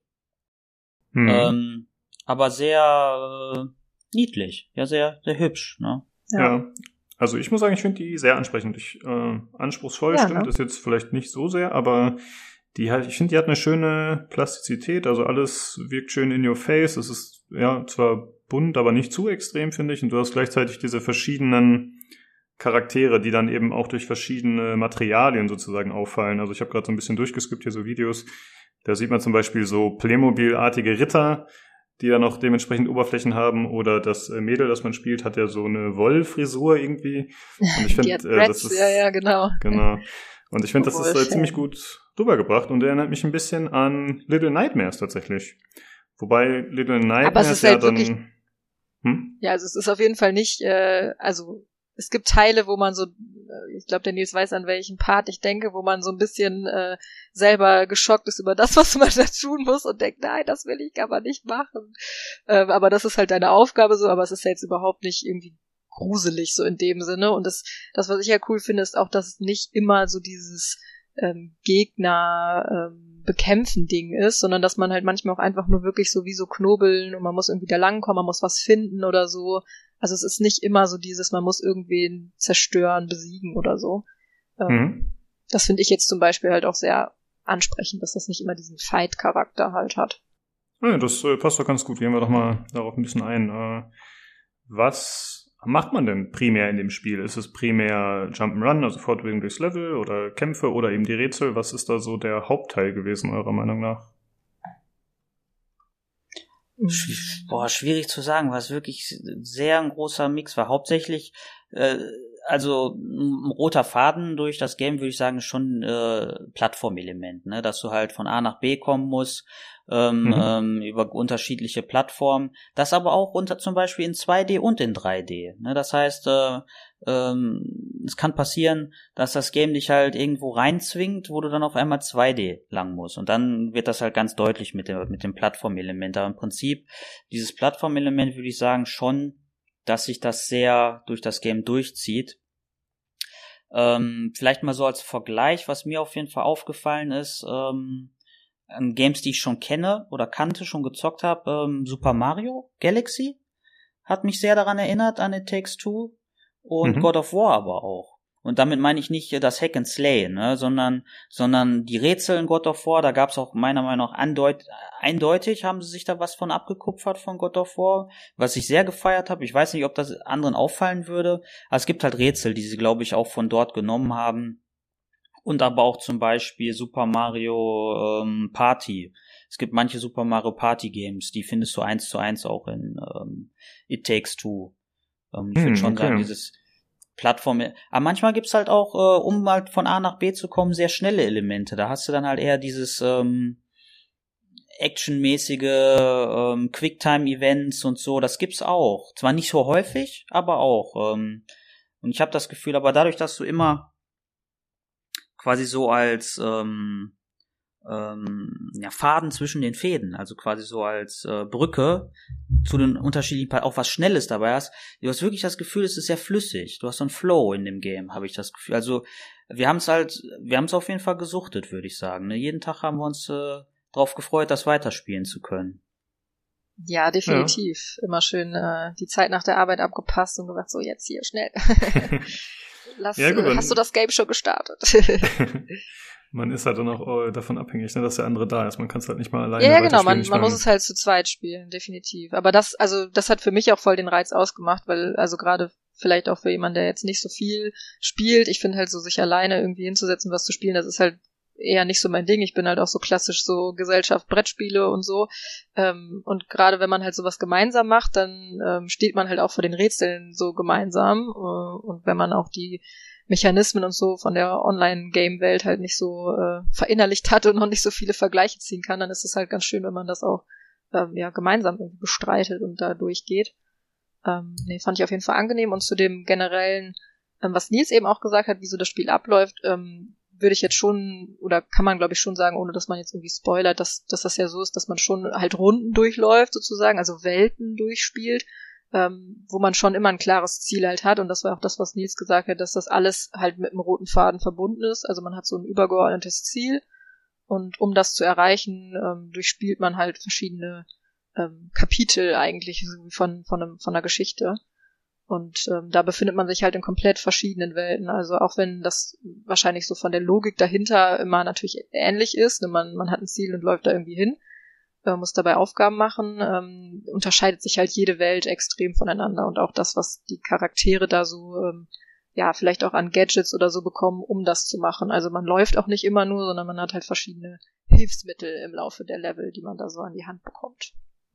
Aber sehr niedlich. Ja, sehr, sehr hübsch, ne? Ja. Also ich muss sagen, ich finde die sehr ansprechend. Anspruchsvoll stimmt, ist jetzt vielleicht nicht so sehr, aber ich finde, die hat eine schöne Plastizität, also alles wirkt schön in your face. Es ist ja zwar bunt, aber nicht zu extrem, finde ich. Und du hast gleichzeitig diese verschiedenen Charaktere, die dann eben auch durch verschiedene Materialien sozusagen auffallen. Also ich habe gerade so ein bisschen durchgeskippt hier so Videos. Da sieht man zum Beispiel so Playmobil-artige Ritter, die dann auch dementsprechend Oberflächen haben, oder das Mädel, das man spielt, hat ja so eine Wollfrisur irgendwie. Und ich finde, das ist genau. Und ich finde, das ist ziemlich gut rübergebracht und erinnert mich ein bisschen an Little Nightmares tatsächlich. Wobei Little Nightmares halt wirklich, Ja, also es ist auf jeden Fall nicht, es gibt Teile, wo man so, ich glaube, der Nils weiß, an welchen Part ich denke, wo man so ein bisschen selber geschockt ist über das, was man da tun muss und denkt, nein, das will ich aber nicht machen. Aber das ist halt deine Aufgabe so, aber es ist ja jetzt überhaupt nicht irgendwie gruselig so in dem Sinne. Und das, was ich ja cool finde, ist auch, dass es nicht immer so dieses Gegner bekämpfen Ding ist, sondern dass man halt manchmal auch einfach nur wirklich so wie so knobeln und man muss irgendwie da langkommen, man muss was finden oder so. Also es ist nicht immer so dieses, man muss irgendwen zerstören, besiegen oder so. Das finde ich jetzt zum Beispiel halt auch sehr ansprechend, dass das nicht immer diesen Fight-Charakter halt hat. Ja, das passt doch ganz gut. Gehen wir doch mal darauf ein bisschen ein. Was macht man denn primär in dem Spiel? Ist es primär Jump'n'Run, also Fortbewegung durchs Level, oder Kämpfe oder eben die Rätsel? Was ist da so der Hauptteil gewesen, eurer Meinung nach? Schwierig zu sagen, was wirklich sehr ein großer Mix war. Hauptsächlich, also ein roter Faden durch das Game, würde ich sagen, ist schon Plattformelement, ne? Dass du halt von A nach B kommen musst, über unterschiedliche Plattformen. Das aber auch zum Beispiel in 2D und in 3D. Ne? Das heißt, es kann passieren, dass das Game dich halt irgendwo reinzwingt, wo du dann auf einmal 2D lang musst. Und dann wird das halt ganz deutlich mit dem Plattformelement. Aber im Prinzip, dieses Plattformelement würde ich sagen schon, dass sich das sehr durch das Game durchzieht. Vielleicht mal so als Vergleich, was mir auf jeden Fall aufgefallen ist, Games, die ich schon kenne oder kannte, schon gezockt habe, Super Mario Galaxy hat mich sehr daran erinnert, an It Takes Two, und God of War aber auch. Und damit meine ich nicht das Hack and Slay, ne, sondern die Rätsel in God of War, da gab es auch meiner Meinung nach eindeutig haben sie sich da was von abgekupfert von God of War, was ich sehr gefeiert habe. Ich weiß nicht, ob das anderen auffallen würde, aber es gibt halt Rätsel, die sie, glaube ich, auch von dort genommen haben. Und aber auch zum Beispiel Super Mario Party. Es gibt manche Super Mario Party Games, die findest du 1:1 auch in It Takes Two. Ich würde schon sagen, dieses Plattform. Aber manchmal gibt's halt auch, um halt von A nach B zu kommen, sehr schnelle Elemente. Da hast du dann halt eher dieses actionmäßige Quicktime-Events und so. Das gibt's auch. Zwar nicht so häufig, aber auch. Und ich habe das Gefühl, aber dadurch, dass du immer quasi so als Faden zwischen den Fäden, also quasi so als Brücke zu den unterschiedlichen auch was Schnelles dabei hast. Du hast wirklich das Gefühl, es ist sehr flüssig. Du hast so einen Flow in dem Game, habe ich das Gefühl. Also wir haben es auf jeden Fall gesuchtet, würde ich sagen. Ne? Jeden Tag haben wir uns drauf gefreut, das weiterspielen zu können. Ja, definitiv. Ja. Immer schön die Zeit nach der Arbeit abgepasst und gesagt, so jetzt hier, schnell. Hast du das Game schon gestartet? Man ist halt dann auch davon abhängig, ne, dass der andere da ist. Man kann es halt nicht mal alleine Ja, genau, man muss es halt zu zweit spielen, definitiv. Aber das hat für mich auch voll den Reiz ausgemacht, weil, also gerade vielleicht auch für jemanden, der jetzt nicht so viel spielt, ich finde halt so, sich alleine irgendwie hinzusetzen, was zu spielen, das ist halt eher nicht so mein Ding. Ich bin halt auch so klassisch so Gesellschaft, Brettspiele und so. Und gerade wenn man halt sowas gemeinsam macht, dann steht man halt auch vor den Rätseln so gemeinsam. Und wenn man auch die Mechanismen und so von der Online-Game-Welt halt nicht so verinnerlicht hat und noch nicht so viele Vergleiche ziehen kann, dann ist es halt ganz schön, wenn man das auch gemeinsam irgendwie bestreitet und da durchgeht. Fand ich auf jeden Fall angenehm. Und zu dem generellen, was Nils eben auch gesagt hat, wie so das Spiel abläuft, würde ich jetzt schon, oder kann man glaube ich schon sagen, ohne dass man jetzt irgendwie spoilert, dass das ja so ist, dass man schon halt Runden durchläuft sozusagen, also Welten durchspielt, wo man schon immer ein klares Ziel halt hat, und das war auch das, was Nils gesagt hat, dass das alles halt mit einem roten Faden verbunden ist, also man hat so ein übergeordnetes Ziel, und um das zu erreichen, durchspielt man halt verschiedene Kapitel eigentlich, so wie von einer Geschichte. Und da befindet man sich halt in komplett verschiedenen Welten. Also auch wenn das wahrscheinlich so von der Logik dahinter immer natürlich ähnlich ist, ne? Man hat ein Ziel und läuft da irgendwie hin, muss dabei Aufgaben machen, unterscheidet sich halt jede Welt extrem voneinander. Und auch das, was die Charaktere da so vielleicht auch an Gadgets oder so bekommen, um das zu machen. Also man läuft auch nicht immer nur, sondern man hat halt verschiedene Hilfsmittel im Laufe der Level, die man da so an die Hand bekommt.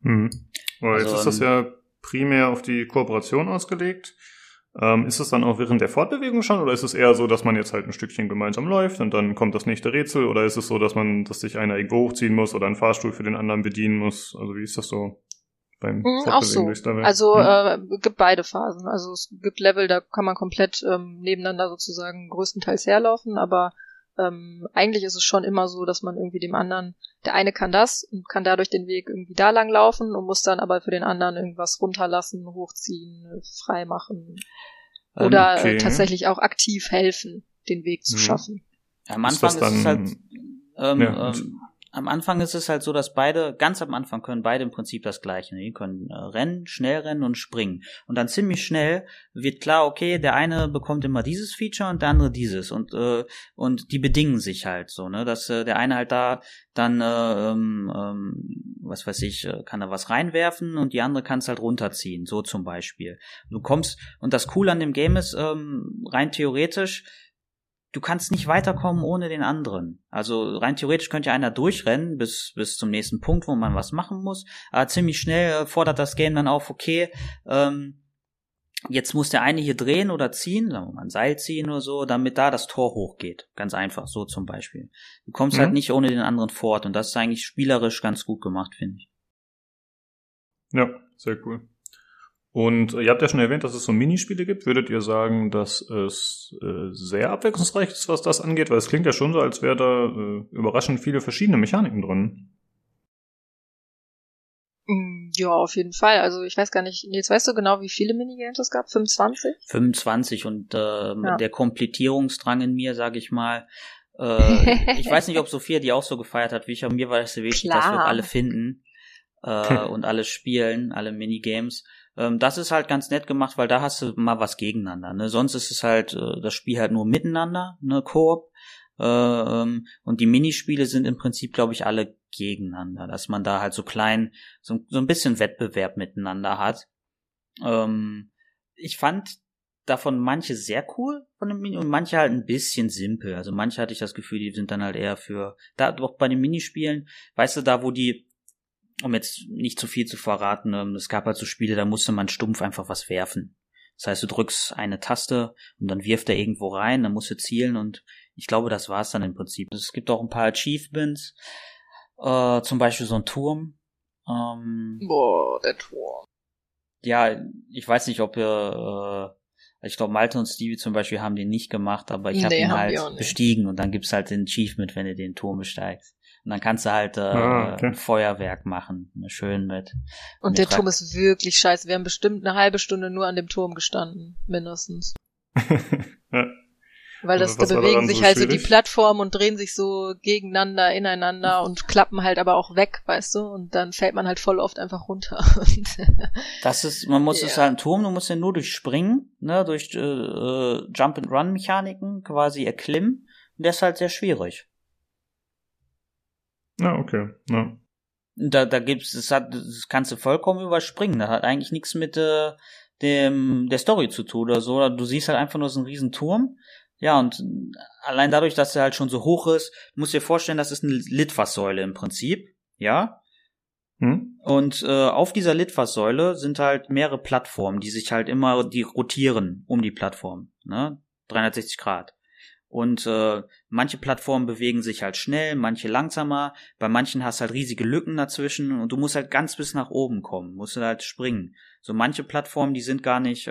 Jetzt ist das ja primär auf die Kooperation ausgelegt. Ist es dann auch während der Fortbewegung schon, oder ist es eher so, dass man jetzt halt ein Stückchen gemeinsam läuft und dann kommt das nächste Rätsel, oder ist es so, dass sich einer irgendwo hochziehen muss oder einen Fahrstuhl für den anderen bedienen muss? Also wie ist das so beim Fortbewegen durchs Level? Also gibt beide Phasen. Also es gibt Level, da kann man komplett nebeneinander sozusagen größtenteils herlaufen, aber eigentlich ist es schon immer so, dass man irgendwie dem anderen, der eine kann das und kann dadurch den Weg irgendwie da lang laufen und muss dann aber für den anderen irgendwas runterlassen, hochziehen, freimachen oder tatsächlich auch aktiv helfen, den Weg zu schaffen. Am Anfang ist es halt am Anfang ist es halt so, dass ganz am Anfang können beide im Prinzip das Gleiche. Die können rennen, schnell rennen und springen. Und dann ziemlich schnell wird klar, okay, der eine bekommt immer dieses Feature und der andere dieses. Und die bedingen sich halt so, ne, dass der eine halt da dann, was weiß ich, kann da was reinwerfen und die andere kann es halt runterziehen, so zum Beispiel. Und das Coole an dem Game ist, rein theoretisch, du kannst nicht weiterkommen ohne den anderen. Also rein theoretisch könnte ja einer durchrennen bis zum nächsten Punkt, wo man was machen muss. Aber ziemlich schnell fordert das Game dann auf, okay, jetzt muss der eine hier drehen oder ziehen, sagen wir mal ein Seil ziehen oder so, damit da das Tor hochgeht. Ganz einfach, so zum Beispiel. Du kommst halt nicht ohne den anderen fort, und das ist eigentlich spielerisch ganz gut gemacht, finde ich. Ja, sehr cool. Und ihr habt ja schon erwähnt, dass es so Minispiele gibt. Würdet ihr sagen, dass es sehr abwechslungsreich ist, was das angeht? Weil es klingt ja schon so, als wäre da überraschend viele verschiedene Mechaniken drin. Ja, auf jeden Fall. Also ich weiß gar nicht, jetzt weißt du genau, wie viele Minigames es gab? 25? 25 und der Komplettierungsdrang in mir, sag ich mal, ich weiß nicht, ob Sophia die auch so gefeiert hat wie ich, aber mir war es sehr wichtig, dass wir alle finden und alle spielen, alle Minigames. Das ist halt ganz nett gemacht, weil da hast du mal was gegeneinander, ne? Sonst ist es halt das Spiel halt nur miteinander, ne, Koop. Und die Minispiele sind im Prinzip, glaube ich, alle gegeneinander, dass man da halt so klein, so ein bisschen Wettbewerb miteinander hat. Ich fand davon manche sehr cool von den Mini und manche halt ein bisschen simpel. Also manche hatte ich das Gefühl, die sind dann halt eher doch bei den Minispielen, weißt du, da wo die, um jetzt nicht zu viel zu verraten, es gab halt so Spiele, da musste man stumpf einfach was werfen. Das heißt, du drückst eine Taste und dann wirft er irgendwo rein, dann musst du zielen, und ich glaube, das war's dann im Prinzip. Es gibt auch ein paar Achievements, zum Beispiel so ein Turm. Der Turm. Ja, ich weiß nicht, ob ich glaube, Malte und Stevie zum Beispiel haben den nicht gemacht, aber ich habe ihn halt bestiegen, und dann gibt's halt den Achievement, wenn du den Turm besteigst. Und dann kannst du halt ein Feuerwerk machen, schön mit. Und der Turm ist wirklich scheiße. Wir haben bestimmt eine halbe Stunde nur an dem Turm gestanden, mindestens. Ja. Weil da bewegen sich halt so die Plattformen und drehen sich so gegeneinander, ineinander und klappen halt aber auch weg, weißt du? Und dann fällt man halt voll oft einfach runter. Man muss es halt einen Turm, du musst ja nur durch Springen, ne, durch Jump-and-Run-Mechaniken quasi erklimmen. Und der ist halt sehr schwierig. Ja, okay. Ja. Da das kannst du vollkommen überspringen. Das hat eigentlich nichts mit der Story zu tun oder so. Du siehst halt einfach nur so einen riesen Turm. Ja, und allein dadurch, dass er halt schon so hoch ist, musst du dir vorstellen, das ist eine Litfaßsäule im Prinzip, ja. Und auf dieser Litfaßsäule sind halt mehrere Plattformen, die sich halt die rotieren um die Plattform, ne, 360 Grad. Und manche Plattformen bewegen sich halt schnell, manche langsamer, bei manchen hast du halt riesige Lücken dazwischen und du musst halt ganz bis nach oben kommen, musst du halt springen. So manche Plattformen, die sind gar nicht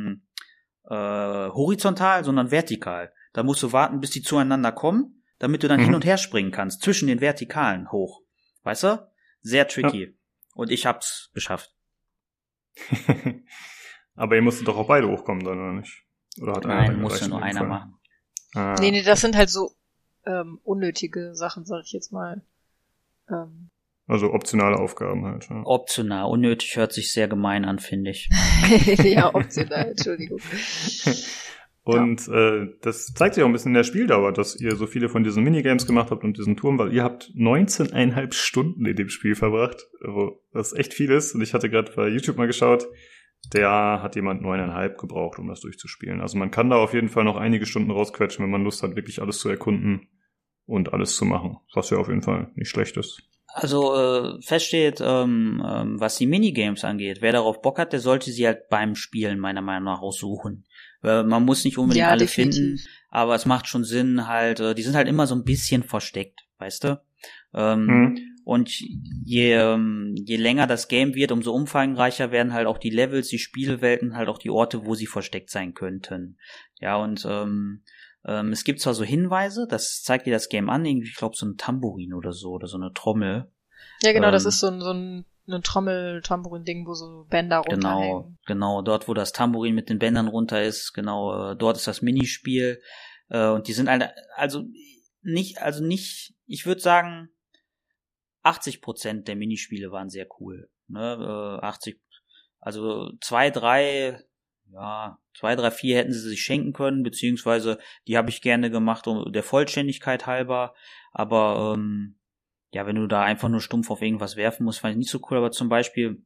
horizontal, sondern vertikal. Da musst du warten, bis die zueinander kommen, damit du dann hin und her springen kannst, zwischen den Vertikalen hoch. Weißt du? Sehr tricky. Ja. Und ich hab's geschafft. Aber ihr musstet doch auch beide hochkommen dann, oder nicht? Oder hat Nein, musste nur einer machen. Ah. Nee, das sind halt so unnötige Sachen, sag ich jetzt mal. Also optionale Aufgaben halt. Ja. Optional, unnötig hört sich sehr gemein an, finde ich. Ja, optional, Entschuldigung. Und das zeigt sich auch ein bisschen in der Spieldauer, dass ihr so viele von diesen Minigames gemacht habt und diesen Turm, weil ihr habt 19,5 Stunden in dem Spiel verbracht, was echt viel ist. Und ich hatte gerade bei YouTube mal geschaut, da hat jemand 9,5 gebraucht, um das durchzuspielen. Also man kann da auf jeden Fall noch einige Stunden rausquetschen, wenn man Lust hat, wirklich alles zu erkunden und alles zu machen. Was ja auf jeden Fall nicht schlecht ist. Also fest steht, was die Minigames angeht, wer darauf Bock hat, der sollte sie halt beim Spielen meiner Meinung nach aussuchen. Man muss nicht unbedingt alle finden, aber es macht schon Sinn halt, die sind halt immer so ein bisschen versteckt, weißt du? Und je länger das Game wird, umso umfangreicher werden halt auch die Levels, die Spielwelten, halt auch die Orte, wo sie versteckt sein könnten. Ja, und es gibt zwar so Hinweise, das zeigt dir das Game an, irgendwie, ich glaube, so ein Tambourin oder so eine Trommel. Ja, genau, das ist so ein Trommel-Tambourin-Ding, wo so Bänder runterhängen. Genau, dort, wo das Tambourin mit den Bändern runter ist, genau, dort ist das Minispiel. Und die sind also nicht, ich würde sagen, 80% der Minispiele waren sehr cool. Ne? 80, also 2, 3, 4 hätten sie sich schenken können, beziehungsweise die habe ich gerne gemacht, um der Vollständigkeit halber. Aber wenn du da einfach nur stumpf auf irgendwas werfen musst, fand ich nicht so cool. Aber zum Beispiel,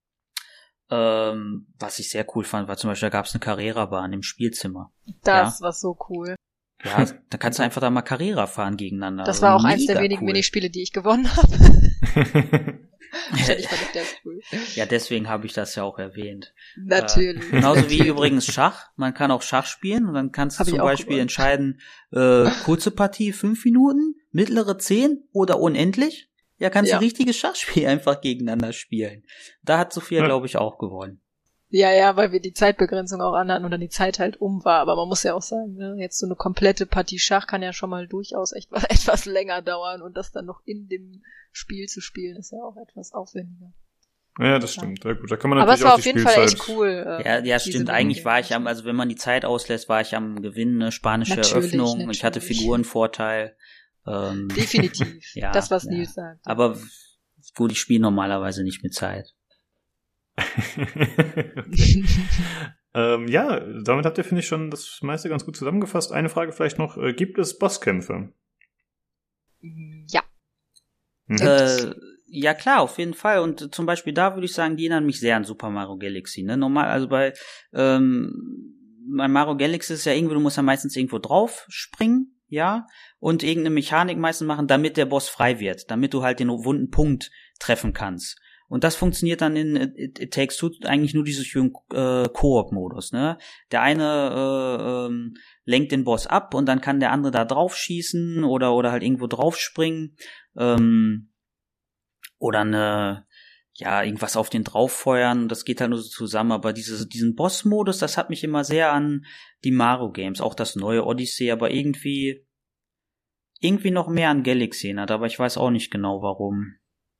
was ich sehr cool fand, war zum Beispiel, da gab es eine Carrera-Bahn im Spielzimmer. Das war so cool. Ja, da kannst du einfach da mal Carrera fahren gegeneinander. Das war auch eins der wenigen Minispiele, die ich gewonnen habe. Ich fand das cool. Ja, deswegen habe ich das ja auch erwähnt. Natürlich. Genauso wie übrigens Schach. Man kann auch Schach spielen und dann kannst du zum Beispiel entscheiden, kurze Partie 5 Minuten, mittlere 10 oder unendlich. Ja, kannst du richtiges Schachspiel einfach gegeneinander spielen. Da hat Sophia, glaube ich, auch gewonnen. Ja, weil wir die Zeitbegrenzung auch anhatten und dann die Zeit halt war. Aber man muss ja auch sagen, ne, jetzt so eine komplette Partie Schach kann ja schon mal durchaus etwas länger dauern und das dann noch in dem Spiel zu spielen, ist ja auch etwas aufwendiger. Ja, das stimmt. Ja, gut, da kann man natürlich auch die Spielzeit... Aber es war auf jeden Fall echt cool. Ja, stimmt. Eigentlich war ich also wenn man die Zeit auslässt, war ich am Gewinnen, eine spanische Eröffnung. Natürlich. Ich hatte Figurenvorteil. Definitiv. Ja, das, was Nils sagt. Aber gut, ich spiele normalerweise nicht mit Zeit. Okay. Damit habt ihr, finde ich, schon das meiste ganz gut zusammengefasst. Eine Frage vielleicht noch. Gibt es Bosskämpfe? Ja. Ja, klar, auf jeden Fall. Und zum Beispiel da würde ich sagen, die erinnern mich sehr an Super Mario Galaxy. Ne? Normal, also bei Mario Galaxy ist ja irgendwie, du musst ja meistens irgendwo drauf springen, ja, und irgendeine Mechanik meistens machen, damit der Boss frei wird, damit du halt den wunden Punkt treffen kannst. Und das funktioniert dann in It Takes Two eigentlich nur dieses Koop-Modus, ne? Der eine lenkt den Boss ab und dann kann der andere da drauf schießen oder halt irgendwo drauf springen oder irgendwas auf den drauf feuern. Das geht halt nur so zusammen. Aber diesen Boss-Modus, das hat mich immer sehr an die Mario-Games, auch das neue Odyssey, aber irgendwie irgendwie noch mehr an Galaxy erinnert, aber ich weiß auch nicht genau warum.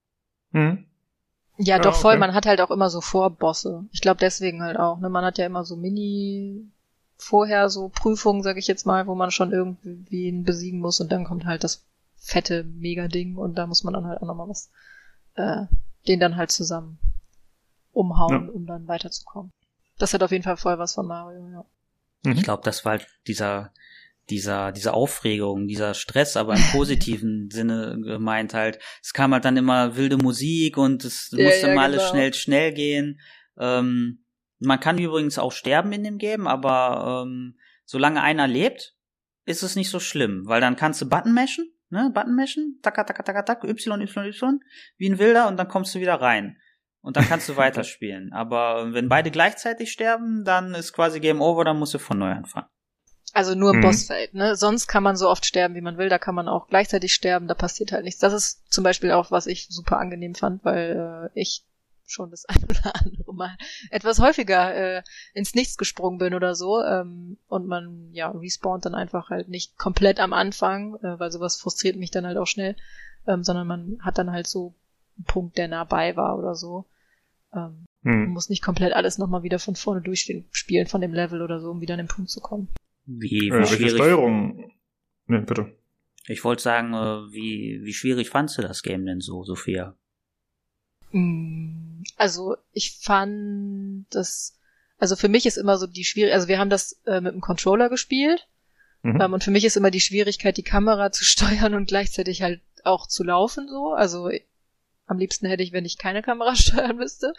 Ja, doch voll, okay. Man hat halt auch immer so Vorbosse. Ich glaube deswegen halt auch, ne? Man hat ja immer so vorher so Prüfungen, sag ich jetzt mal, wo man schon irgendwie ihn besiegen muss und dann kommt halt das fette Mega-Ding und da muss man dann halt auch nochmal was, den dann halt zusammen umhauen, um dann weiterzukommen. Das hat auf jeden Fall voll was von Mario, ja. Ich glaube, das war halt diese Aufregung, dieser Stress, aber im positiven Sinne gemeint halt. Es kam halt dann immer wilde Musik und es musste mal alles schnell gehen. Man kann übrigens auch sterben in dem Game, aber solange einer lebt, ist es nicht so schlimm, weil dann kannst du Button mashen, tak, Y, wie ein Wilder und dann kommst du wieder rein. Und dann kannst du weiterspielen. Aber wenn beide gleichzeitig sterben, dann ist quasi Game Over, dann musst du von neu anfangen. Also nur im Bossfight, ne? Sonst kann man so oft sterben, wie man will. Da kann man auch gleichzeitig sterben, da passiert halt nichts. Das ist zum Beispiel auch, was ich super angenehm fand, weil ich schon das ein oder andere Mal etwas häufiger ins Nichts gesprungen bin oder so. Und man, respawnt dann einfach halt nicht komplett am Anfang, weil sowas frustriert mich dann halt auch schnell, sondern man hat dann halt so einen Punkt, der nah bei war oder so. Man muss nicht komplett alles nochmal wieder von vorne durchspielen von dem Level oder so, um wieder an den Punkt zu kommen. Wie welche schwierig? Steuerung? Ne, bitte. Ich wollte sagen, wie schwierig fandst du das Game denn so, Sophia? Also ich fand das, also für mich ist immer so die Schwierigkeit, also wir haben das mit dem Controller gespielt und für mich ist immer die Schwierigkeit, die Kamera zu steuern und gleichzeitig halt auch zu laufen so, also am liebsten hätte ich, wenn ich keine Kamera steuern müsste.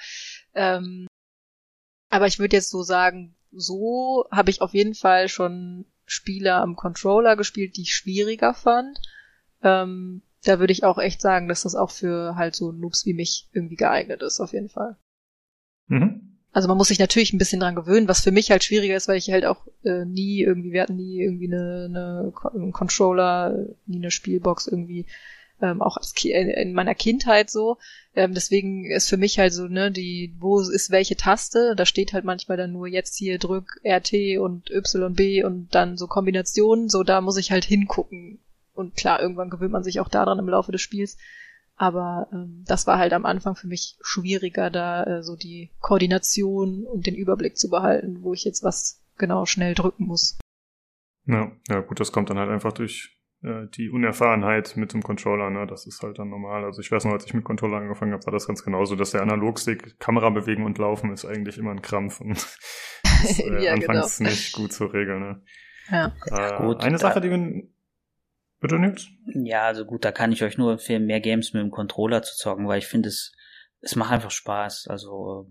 Aber ich würde jetzt so sagen, so habe ich auf jeden Fall schon Spiele am Controller gespielt, die ich schwieriger fand. Da würde ich auch echt sagen, dass das auch für halt so Noobs wie mich irgendwie geeignet ist, auf jeden Fall. Also man muss sich natürlich ein bisschen dran gewöhnen, was für mich halt schwieriger ist, weil ich halt auch wir hatten nie irgendwie einen Controller, nie eine Spielbox irgendwie, auch in meiner Kindheit so. Deswegen ist für mich halt so, ne, wo ist welche Taste? Da steht halt manchmal dann nur jetzt hier drück RT und YB und dann so Kombinationen. So, da muss ich halt hingucken. Und klar, irgendwann gewöhnt man sich auch daran im Laufe des Spiels. Aber das war halt am Anfang für mich schwieriger, da so die Koordination und den Überblick zu behalten, wo ich jetzt was genau schnell drücken muss. Ja, gut, das kommt dann halt einfach durch die Unerfahrenheit mit dem Controller, ne, das ist halt dann normal. Also ich weiß noch, als ich mit Controller angefangen habe, war das ganz genauso, dass der Analogstick, Kamera bewegen und laufen ist eigentlich immer ein Krampf und das anfangs nicht gut zu regeln, ne. Ja. Gut, eine Sache, die wir... Bitte, Nils? Ja, also gut, da kann ich euch nur empfehlen, mehr Games mit dem Controller zu zocken, weil ich finde, es macht einfach Spaß. Also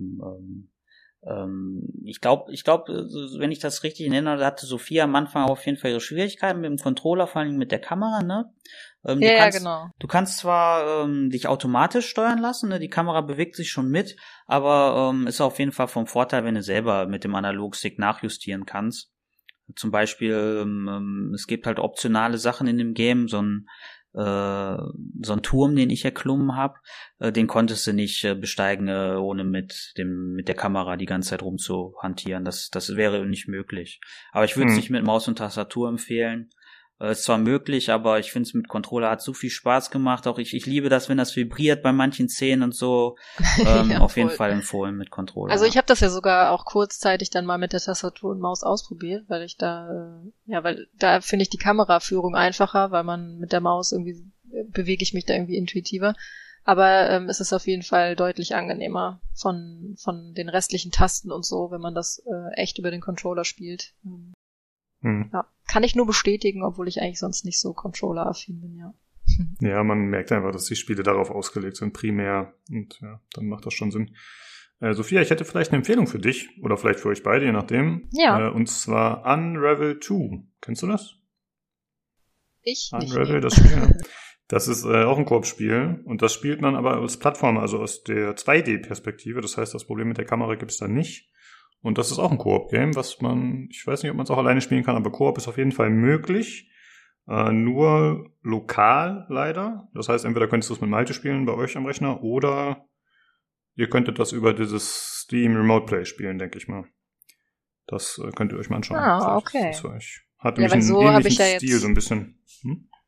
ich glaube, wenn ich das richtig erinnere, da hatte Sophia am Anfang auf jeden Fall ihre Schwierigkeiten mit dem Controller, vor allem mit der Kamera, ne? Genau. Du kannst zwar dich automatisch steuern lassen, ne? Die Kamera bewegt sich schon mit, aber ist auf jeden Fall vom Vorteil, wenn du selber mit dem Analogstick nachjustieren kannst. Zum Beispiel, es gibt halt optionale Sachen in dem Game, so ein Turm, den ich erklommen habe, den konntest du nicht besteigen, ohne mit der Kamera die ganze Zeit rumzuhantieren. Das wäre nicht möglich. Aber ich würde es nicht mit Maus und Tastatur empfehlen. Ist zwar möglich, aber ich finde es mit Controller hat so viel Spaß gemacht. Auch ich liebe das, wenn das vibriert bei manchen Szenen und so. Auf jeden Fall empfohlen mit Controller. Also ich habe das ja sogar auch kurzzeitig dann mal mit der Tastatur und Maus ausprobiert, weil ich weil da finde ich die Kameraführung einfacher, weil man mit der Maus irgendwie bewege ich mich da irgendwie intuitiver. Aber es ist auf jeden Fall deutlich angenehmer von den restlichen Tasten und so, wenn man das echt über den Controller spielt. Ja, kann ich nur bestätigen, obwohl ich eigentlich sonst nicht so Controller-affin bin, ja. Ja, man merkt einfach, dass die Spiele darauf ausgelegt sind, primär. Und ja, dann macht das schon Sinn. Sophia, ich hätte vielleicht eine Empfehlung für dich oder vielleicht für euch beide, je nachdem. Ja. Und zwar Unravel 2. Kennst du das? Ich nicht. Unravel, das Spiel. Ja. Das ist auch ein Koop-Spiel und das spielt man aber als Plattformer, also aus der 2D-Perspektive. Das heißt, das Problem mit der Kamera gibt's da nicht. Und das ist auch ein Koop-Game, ich weiß nicht, ob man es auch alleine spielen kann, aber Koop ist auf jeden Fall möglich. Nur lokal leider. Das heißt, entweder könntest du es mit Malte spielen bei euch am Rechner oder ihr könntet das über dieses Steam Remote Play spielen, denke ich mal. Das könnt ihr euch mal anschauen. Ah, okay. Das hat nämlich einen ähnlichen Stil, so ein bisschen.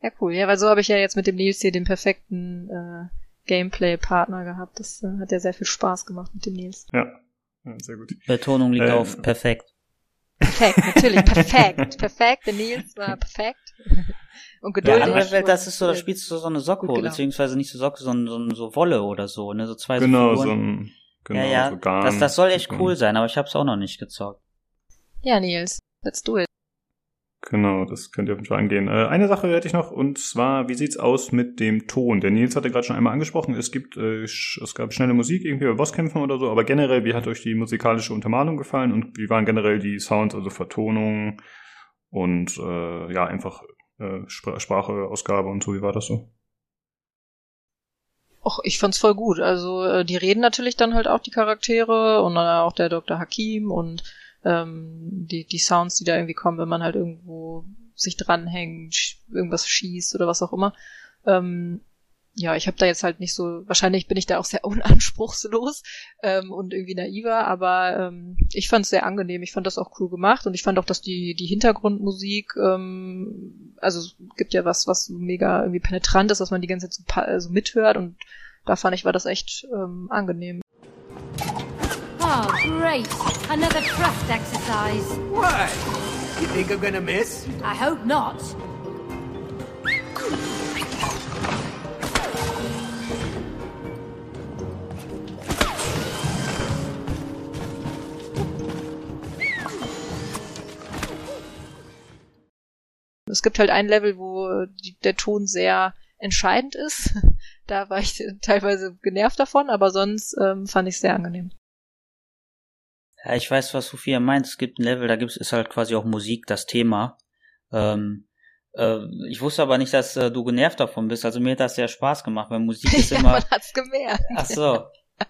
Ja, cool. Ja, weil so habe ich ja jetzt mit dem Nils hier den perfekten Gameplay-Partner gehabt. Das hat ja sehr viel Spaß gemacht mit dem Nils. Ja, sehr gut. Betonung liegt auf perfekt. Perfekt, natürlich, perfekt. Perfekt, der Nils war perfekt. Und geduldig. Ja, Welt, das ist so, da spielst du so eine Socke, genau. Beziehungsweise nicht so Socke, sondern so Wolle oder so, ne, so zwei Genau, Figuren. so Garn. Das soll echt cool sein, aber ich hab's auch noch nicht gezockt. Ja, Nils, let's do it. Genau, das könnt ihr auf jeden Fall angehen. Eine Sache hätte ich noch, und zwar, wie sieht's aus mit dem Ton? Der Nils hatte gerade schon einmal angesprochen, es gab schnelle Musik irgendwie bei Bosskämpfen oder so, aber generell, wie hat euch die musikalische Untermalung gefallen und wie waren generell die Sounds, also Vertonung und einfach Spracheausgabe und so, wie war das so? Och, ich fand's voll gut. Also die reden natürlich dann halt auch die Charaktere und dann auch der Dr. Hakim und die Sounds, die da irgendwie kommen, wenn man halt irgendwo sich dranhängt, irgendwas schießt oder was auch immer. Ich habe da jetzt halt nicht so, wahrscheinlich bin ich da auch sehr unanspruchslos und irgendwie naiver, aber ich fand es sehr angenehm. Ich fand das auch cool gemacht und ich fand auch, dass die Hintergrundmusik, also es gibt ja was mega irgendwie penetrant ist, was man die ganze Zeit so mithört und da fand ich, war das echt angenehm. Oh, great. Another trust exercise. What? You think I'm gonna miss? I hope not. Es gibt halt ein Level, wo der Ton sehr entscheidend ist. Da war ich teilweise genervt davon, aber sonst fand ich es sehr angenehm. Ja, ich weiß, was Sophia meint. Es gibt ein Level, ist halt quasi auch Musik das Thema. Ich wusste aber nicht, dass du genervt davon bist. Also mir hat das sehr Spaß gemacht, weil Musik ist immer... man hat's gemerkt. Ach so.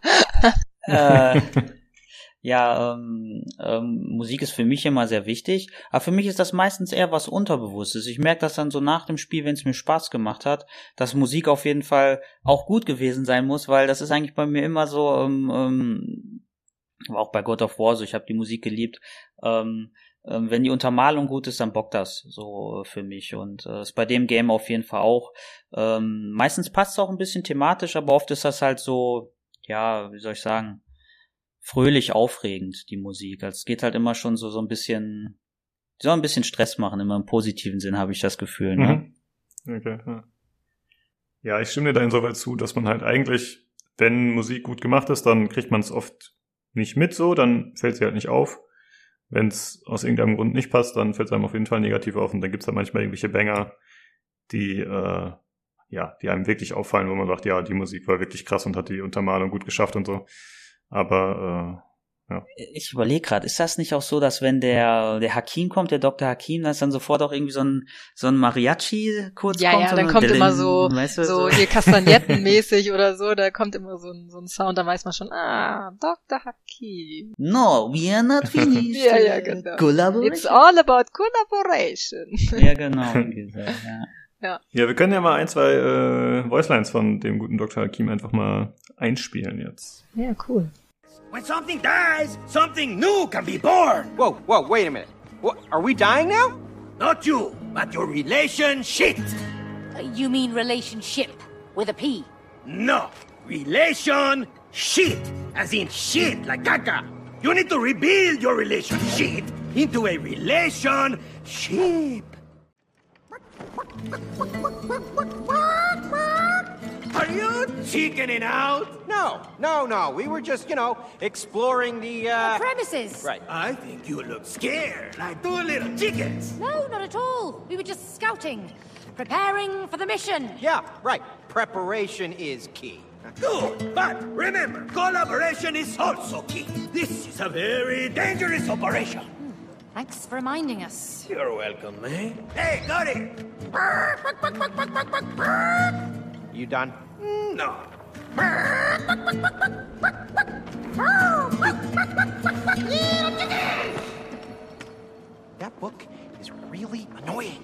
Musik ist für mich immer sehr wichtig, aber für mich ist das meistens eher was Unterbewusstes. Ich merke das dann so nach dem Spiel, wenn es mir Spaß gemacht hat, dass Musik auf jeden Fall auch gut gewesen sein muss, weil das ist eigentlich bei mir immer so, auch bei God of War so, ich habe die Musik geliebt, wenn die Untermalung gut ist, dann bockt das so für mich und ist bei dem Game auf jeden Fall auch. Meistens passt es auch ein bisschen thematisch, aber oft ist das halt so, ja, wie soll ich sagen, fröhlich aufregend, die Musik. Also es geht halt immer schon so ein bisschen, soll ein bisschen Stress machen, immer im positiven Sinn, habe ich das Gefühl, ne? Okay, ja. Ja, ich stimme dir da insoweit zu, dass man halt eigentlich, wenn Musik gut gemacht ist, dann kriegt man es oft nicht mit so, dann fällt sie halt nicht auf. Wenn es aus irgendeinem Grund nicht passt, dann fällt es einem auf jeden Fall negativ auf und dann gibt es halt manchmal irgendwelche Banger, die einem wirklich auffallen, wo man sagt, ja, die Musik war wirklich krass und hat die Untermalung gut geschafft und so. Aber ja. Ich überlege gerade, ist das nicht auch so, dass wenn der Hakim kommt, der Dr. Hakim, dass dann sofort auch irgendwie so ein Mariachi kurz kommt? Ja, dann kommt immer so hier Kastagnettenmäßig oder so, da kommt immer so ein Sound, da weiß man schon, Dr. Hakim. No, we are not finished. Ja, genau. Collaboration. It's all about collaboration. Ja, genau. Ja, wir können ja mal 1, 2 Voicelines von dem guten Dr. Hakim einfach mal einspielen jetzt. Ja, cool. When something dies, something new can be born. Whoa, wait a minute. What, are we dying now? Not you, but your relationship. You mean relationship with a P? No, relation shit, as in shit, like caca. You need to rebuild your relationship into a relationship. Are you chickening out? No. We were just, exploring the premises. Right. I think you look scared, like 2 little chickens. No, not at all. We were just scouting, preparing for the mission. Yeah, right. Preparation is key. Good, but remember, collaboration is also key. This is a very dangerous operation. Thanks for reminding us. You're welcome, man. Hey, got it. You done? No. That book is really annoying.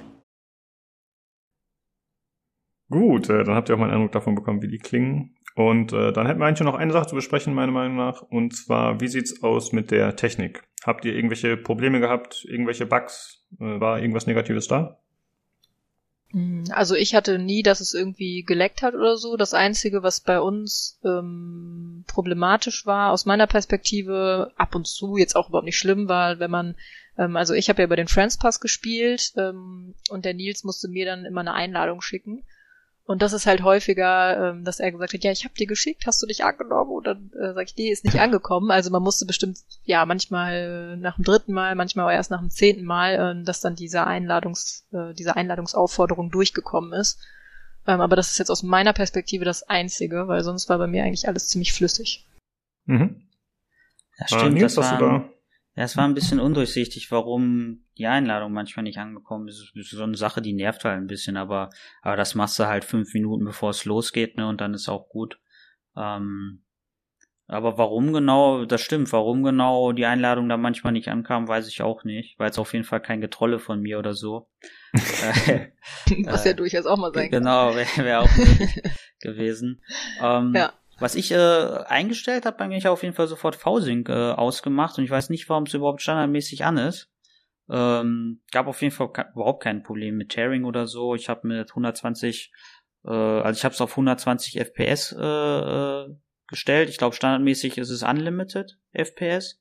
Gut, dann habt ihr auch mal einen Eindruck davon bekommen, wie die klingen. Und dann hätten wir eigentlich noch eine Sache zu besprechen, meiner Meinung nach. Und zwar, wie sieht's aus mit der Technik? Habt ihr irgendwelche Probleme gehabt? Irgendwelche Bugs? War irgendwas Negatives da? Also ich hatte nie, dass es irgendwie geleckt hat oder so. Das Einzige, was bei uns problematisch war, aus meiner Perspektive, ab und zu, jetzt auch überhaupt nicht schlimm war, wenn man, also ich habe ja über den Friends Pass gespielt und der Nils musste mir dann immer eine Einladung schicken. Und das ist halt häufiger, dass er gesagt hat, ja, ich habe dir geschickt, hast du dich angenommen? Und dann sag ich, nee, ist nicht angekommen. Also man musste bestimmt, ja, manchmal nach dem 3. Mal, manchmal auch erst nach dem 10. Mal, dass dann diese Einladungsaufforderung durchgekommen ist. Aber das ist jetzt aus meiner Perspektive das Einzige, weil sonst war bei mir eigentlich alles ziemlich flüssig. Mhm. Ja, stimmt, Nils, es war ein bisschen undurchsichtig, warum die Einladung manchmal nicht angekommen ist. Das ist so eine Sache, die nervt halt ein bisschen, aber das machst du halt 5 Minuten, bevor es losgeht, ne, und dann ist auch gut. Aber warum genau, das stimmt, warum genau die Einladung da manchmal nicht ankam, weiß ich auch nicht. War jetzt auf jeden Fall kein Getrolle von mir oder so. Was ja durchaus auch mal sein kann. Genau, wäre auch möglich gewesen. Ja. Was ich eingestellt habe, bei mir, ich habe auf jeden Fall sofort V-Sync ausgemacht und ich weiß nicht, warum es überhaupt standardmäßig an ist. Gab auf jeden Fall überhaupt kein Problem mit Tearing oder so. Ich habe mit 120, also ich habe es auf 120 FPS gestellt. Ich glaube, standardmäßig ist es Unlimited FPS.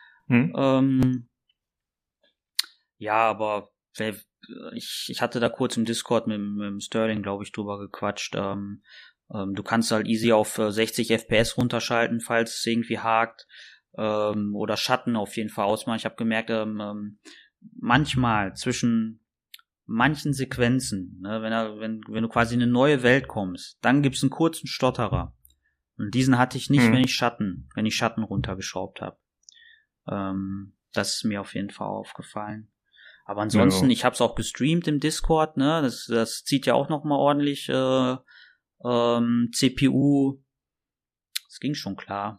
Ja, aber ich hatte da kurz im Discord mit Sterling, glaube ich, drüber gequatscht. Du kannst halt easy auf 60 FPS runterschalten, falls es irgendwie hakt, oder Schatten auf jeden Fall ausmachen. Ich habe gemerkt, manchmal zwischen manchen Sequenzen, ne, wenn du quasi in eine neue Welt kommst, dann gibt's einen kurzen Stotterer. Und diesen hatte ich nicht, wenn ich Schatten runtergeschraubt habe. Das ist mir auf jeden Fall aufgefallen. Aber ansonsten, ich habe es auch gestreamt im Discord, ne, das zieht ja auch nochmal ordentlich CPU, das ging schon klar.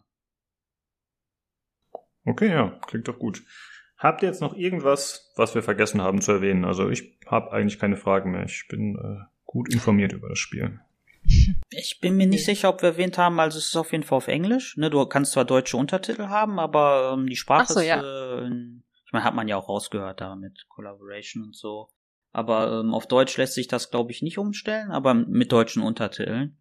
Okay, ja, klingt doch gut. Habt ihr jetzt noch irgendwas, was wir vergessen haben zu erwähnen? Also ich habe eigentlich keine Fragen mehr. Ich bin gut informiert über das Spiel. Ich bin mir nicht sicher, ob wir erwähnt haben, also es ist auf jeden Fall auf Englisch. Ne? Du kannst zwar deutsche Untertitel haben, aber die Sprache ist, ich meine, hat man ja auch rausgehört da mit Collaboration und so. Aber auf Deutsch lässt sich das, glaube ich, nicht umstellen, aber mit deutschen Untertiteln.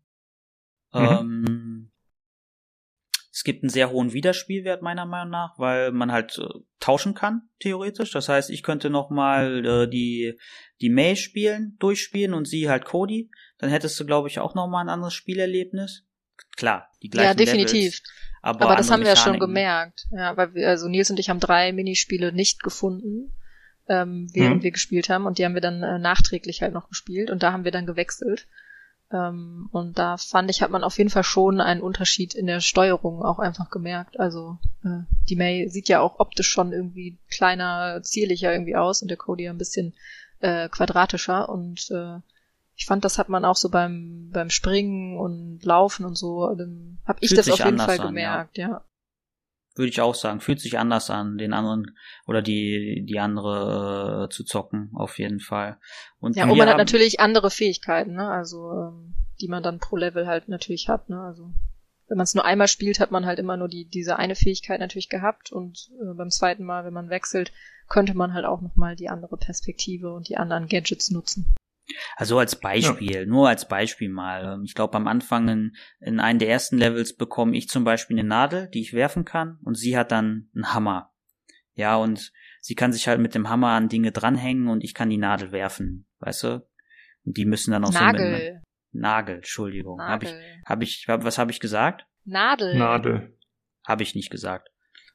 Es gibt einen sehr hohen Wiederspielwert, meiner Meinung nach, weil man halt tauschen kann, theoretisch. Das heißt, ich könnte nochmal die May durchspielen und sie halt Cody. Dann hättest du, glaube ich, auch nochmal ein anderes Spielerlebnis. Klar, die gleichen Levels. Ja, definitiv. Aber das haben wir ja schon gemerkt. Ja, weil also Nils und ich haben 3 Minispiele nicht gefunden, während wir gespielt haben. Und die haben wir dann nachträglich halt noch gespielt. Und da haben wir dann gewechselt. Und da fand ich, hat man auf jeden Fall schon einen Unterschied in der Steuerung auch einfach gemerkt. Also die May sieht ja auch optisch schon irgendwie kleiner, zierlicher irgendwie aus und der Cody ja ein bisschen quadratischer. Und ich fand, das hat man auch so beim Springen und Laufen und so, habe ich das auf jeden Fall gemerkt, ja. Würde ich auch sagen, fühlt sich anders an, den anderen oder die andere zu zocken, auf jeden Fall. Und ja, und man hat natürlich andere Fähigkeiten, ne? Also die man dann pro Level halt natürlich hat, ne? Also wenn man es nur einmal spielt, hat man halt immer nur diese eine Fähigkeit natürlich gehabt und beim zweiten Mal, wenn man wechselt, könnte man halt auch nochmal die andere Perspektive und die anderen Gadgets nutzen. Also als Beispiel, nur als Beispiel mal. Ich glaube, am Anfang in einem der ersten Levels bekomme ich zum Beispiel eine Nadel, die ich werfen kann, und sie hat dann einen Hammer. Ja, und sie kann sich halt mit dem Hammer an Dinge dranhängen und ich kann die Nadel werfen, weißt du? Und die müssen dann auch Nagel, Entschuldigung. Nagel. Was habe ich gesagt? Nadel. Habe ich nicht gesagt.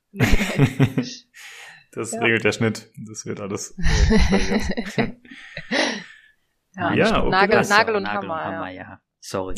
Das regelt der Schnitt. Das wird alles. Ja, okay, Nagel und Hammer, ja. Sorry.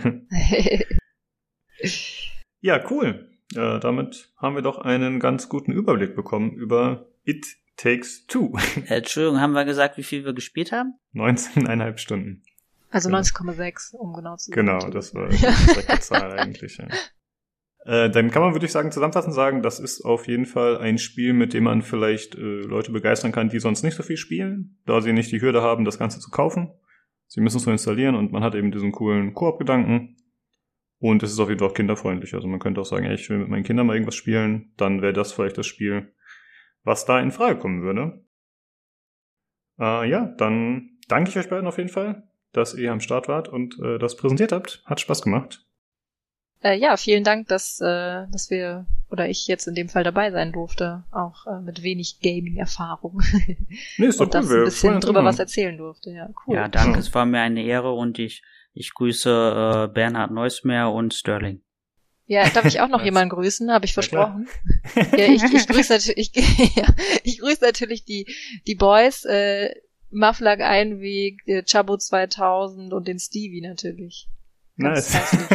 Ja, cool. Damit haben wir doch einen ganz guten Überblick bekommen über It Takes Two. Entschuldigung, haben wir gesagt, wie viel wir gespielt haben? 19,5 Stunden. Also 19,6, um genau zu sein. Genau, das war die korrekte Zahl eigentlich. Ja. Dann kann man, würde ich sagen, zusammenfassend sagen, das ist auf jeden Fall ein Spiel, mit dem man vielleicht Leute begeistern kann, die sonst nicht so viel spielen, da sie nicht die Hürde haben, das Ganze zu kaufen. Sie müssen es nur installieren und man hat eben diesen coolen Koop-Gedanken. Und es ist auf jeden Fall auch kinderfreundlich. Also man könnte auch sagen, ey, ich will mit meinen Kindern mal irgendwas spielen, dann wäre das vielleicht das Spiel, was da in Frage kommen würde. Ja, dann danke ich euch beiden auf jeden Fall, dass ihr am Start wart und das präsentiert habt. Hat Spaß gemacht. Ja, vielen Dank, dass wir oder ich jetzt in dem Fall dabei sein durfte, auch mit wenig Gaming-Erfahrung. Nee, ist doch und cool. dass ein bisschen drüber was erzählen durfte. Ja, cool. Ja, danke. Es war mir eine Ehre und ich grüße Bernhard Neusmeer und Sterling. Ja, darf ich auch noch jemanden grüßen? Habe ich versprochen. Ja, ich grüße natürlich, ich grüße natürlich die Boys, Mufflag Einweg, Chabo 2000 und den Stevie natürlich. Nice.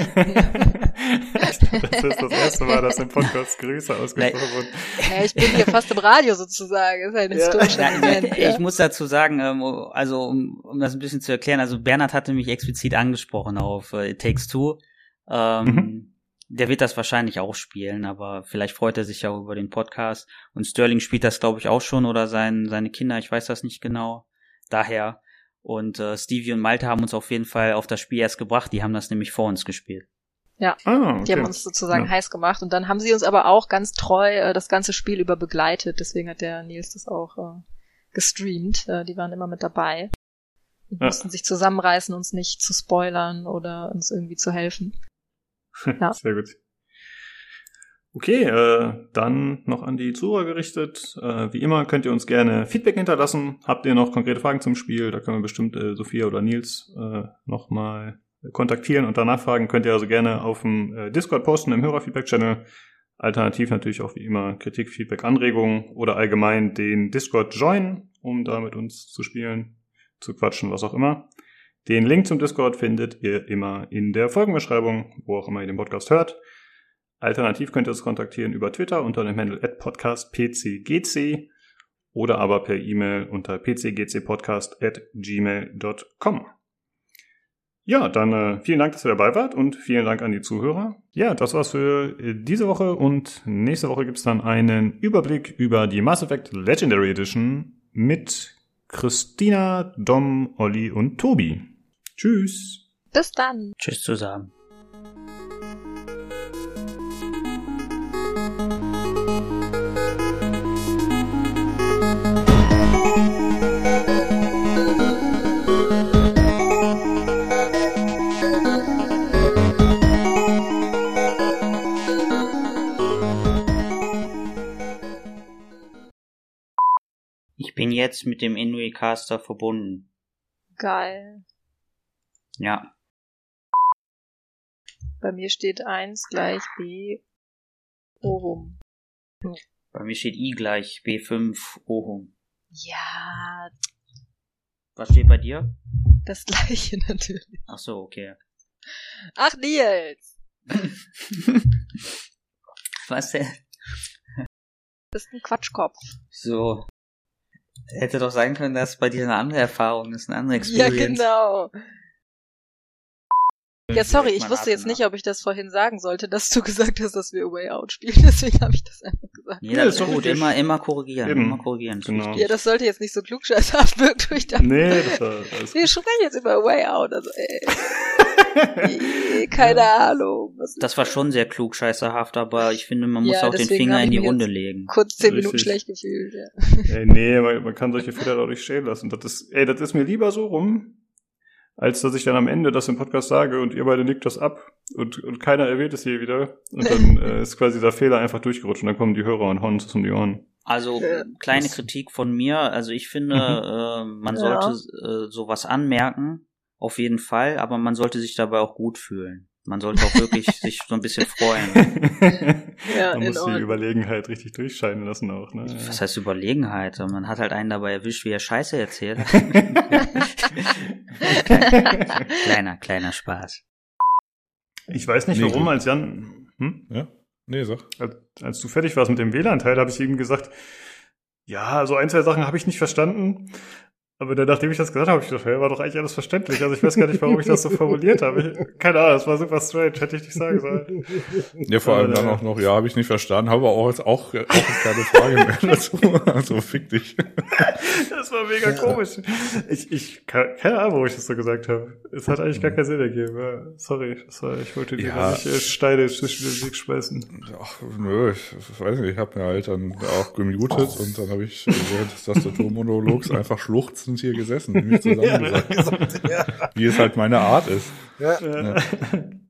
Das ist das erste Mal, dass im Podcast Grüße ausgesprochen wurden. Ja, ich bin hier fast im Radio sozusagen. Das ist ein historischer Moment. Ich muss dazu sagen, also um das ein bisschen zu erklären, also Bernhard hatte mich explizit angesprochen auf It Takes Two. Der wird das wahrscheinlich auch spielen, aber vielleicht freut er sich ja auch über den Podcast. Und Sterling spielt das, glaube ich, auch schon oder seine Kinder, ich weiß das nicht genau. Daher. Und Stevie und Malte haben uns auf jeden Fall auf das Spiel erst gebracht. Die haben das nämlich vor uns gespielt. Ja, okay. Die haben uns sozusagen heiß gemacht. Und dann haben sie uns aber auch ganz treu das ganze Spiel über begleitet. Deswegen hat der Nils das auch gestreamt. Die waren immer mit dabei. Und mussten sich zusammenreißen, uns nicht zu spoilern oder uns irgendwie zu helfen. Ja. Sehr gut. Okay, dann noch an die Zuhörer gerichtet. Wie immer könnt ihr uns gerne Feedback hinterlassen. Habt ihr noch konkrete Fragen zum Spiel? Da können wir bestimmt Sophia oder Nils nochmal kontaktieren und danach fragen. Könnt ihr also gerne auf dem Discord posten im Hörerfeedback-Channel. Alternativ natürlich auch wie immer Kritik, Feedback, Anregungen oder allgemein den Discord joinen, um da mit uns zu spielen, zu quatschen, was auch immer. Den Link zum Discord findet ihr immer in der Folgenbeschreibung, wo auch immer ihr den Podcast hört. Alternativ könnt ihr uns kontaktieren über Twitter unter dem Handle @podcastpcgc oder aber per E-Mail unter pcgcpodcast@gmail.com. Ja, dann vielen Dank, dass ihr dabei wart und vielen Dank an die Zuhörer. Ja, das war's für diese Woche und nächste Woche gibt's dann einen Überblick über die Mass Effect Legendary Edition mit Christina, Dom, Olli und Tobi. Tschüss. Bis dann. Tschüss zusammen. Ich bin jetzt mit dem Inuicaster verbunden. Geil. Ja. Bei mir steht 1 gleich B Ohum. Bei mir steht I gleich B5 Ohum. Ja. Was steht bei dir? Das gleiche natürlich. Ach so, okay. Ach, Nils. Was denn? Das ist ein Quatschkopf. So. Hätte doch sein können, dass bei dir eine andere Erfahrung ist, eine andere Experience. Ja, genau. Ja, sorry, ich wusste jetzt nicht, ob ich das vorhin sagen sollte, dass du gesagt hast, dass wir A Way Out spielen. Deswegen habe ich das einfach gesagt. Nee, das ist gut. Immer korrigieren. Eben. Immer korrigieren. Genau. Ja, das sollte jetzt nicht so klugscheißhaft wirken. Ich dachte, nee, das war alles wir sprechen jetzt über A Way Out. Also, keine Ahnung. Das war schon sehr klugscheißerhaft, aber ich finde, man muss auch den Finger in die Wunde legen. Kurz 10 Minuten schlecht gefühlt, ja. Nee, man kann solche Fehler dadurch stehen lassen. Das ist mir lieber so rum, als dass ich dann am Ende das im Podcast sage und ihr beide nickt das ab und keiner erwähnt es hier wieder. Und dann ist quasi der Fehler einfach durchgerutscht und dann kommen die Hörer und hauen es um die Ohren. Also, kleine Kritik von mir. Also ich finde, man sollte sowas anmerken, auf jeden Fall, aber man sollte sich dabei auch gut fühlen. Man sollte auch wirklich sich so ein bisschen freuen. Ja, man muss die Überlegenheit richtig durchscheinen lassen auch, ne? Was heißt Überlegenheit? Man hat halt einen dabei erwischt, wie er Scheiße erzählt. Kleiner Spaß. Ich weiß nicht, warum, als Jan... Ja? Nee, sag. Als du fertig warst mit dem WLAN-Teil, habe ich ihm gesagt, ja, so 1, 2 Sachen habe ich nicht verstanden. Aber dann, nachdem ich das gesagt habe, habe ich gedacht, war doch eigentlich alles verständlich. Also ich weiß gar nicht, warum ich das so formuliert habe. Keine Ahnung, das war super strange, hätte ich nicht sagen sollen. Ja, vor allem dann auch noch, ja, habe ich nicht verstanden, habe auch jetzt keine Frage mehr dazu. Also fick dich. Das war mega komisch. Keine Ahnung, warum ich das so gesagt habe. Es hat eigentlich gar keinen Sinn ergeben. Sorry, ich wollte dir nicht Steine zwischen den Weg schmeißen. Ach, nö, ich weiß nicht, ich habe mir halt dann auch gemutet und dann habe ich während des Tastaturmonologs einfach schluchzen letztens hier gesessen, nämlich zusammen gesagt, wie es halt meine Art ist. Ja.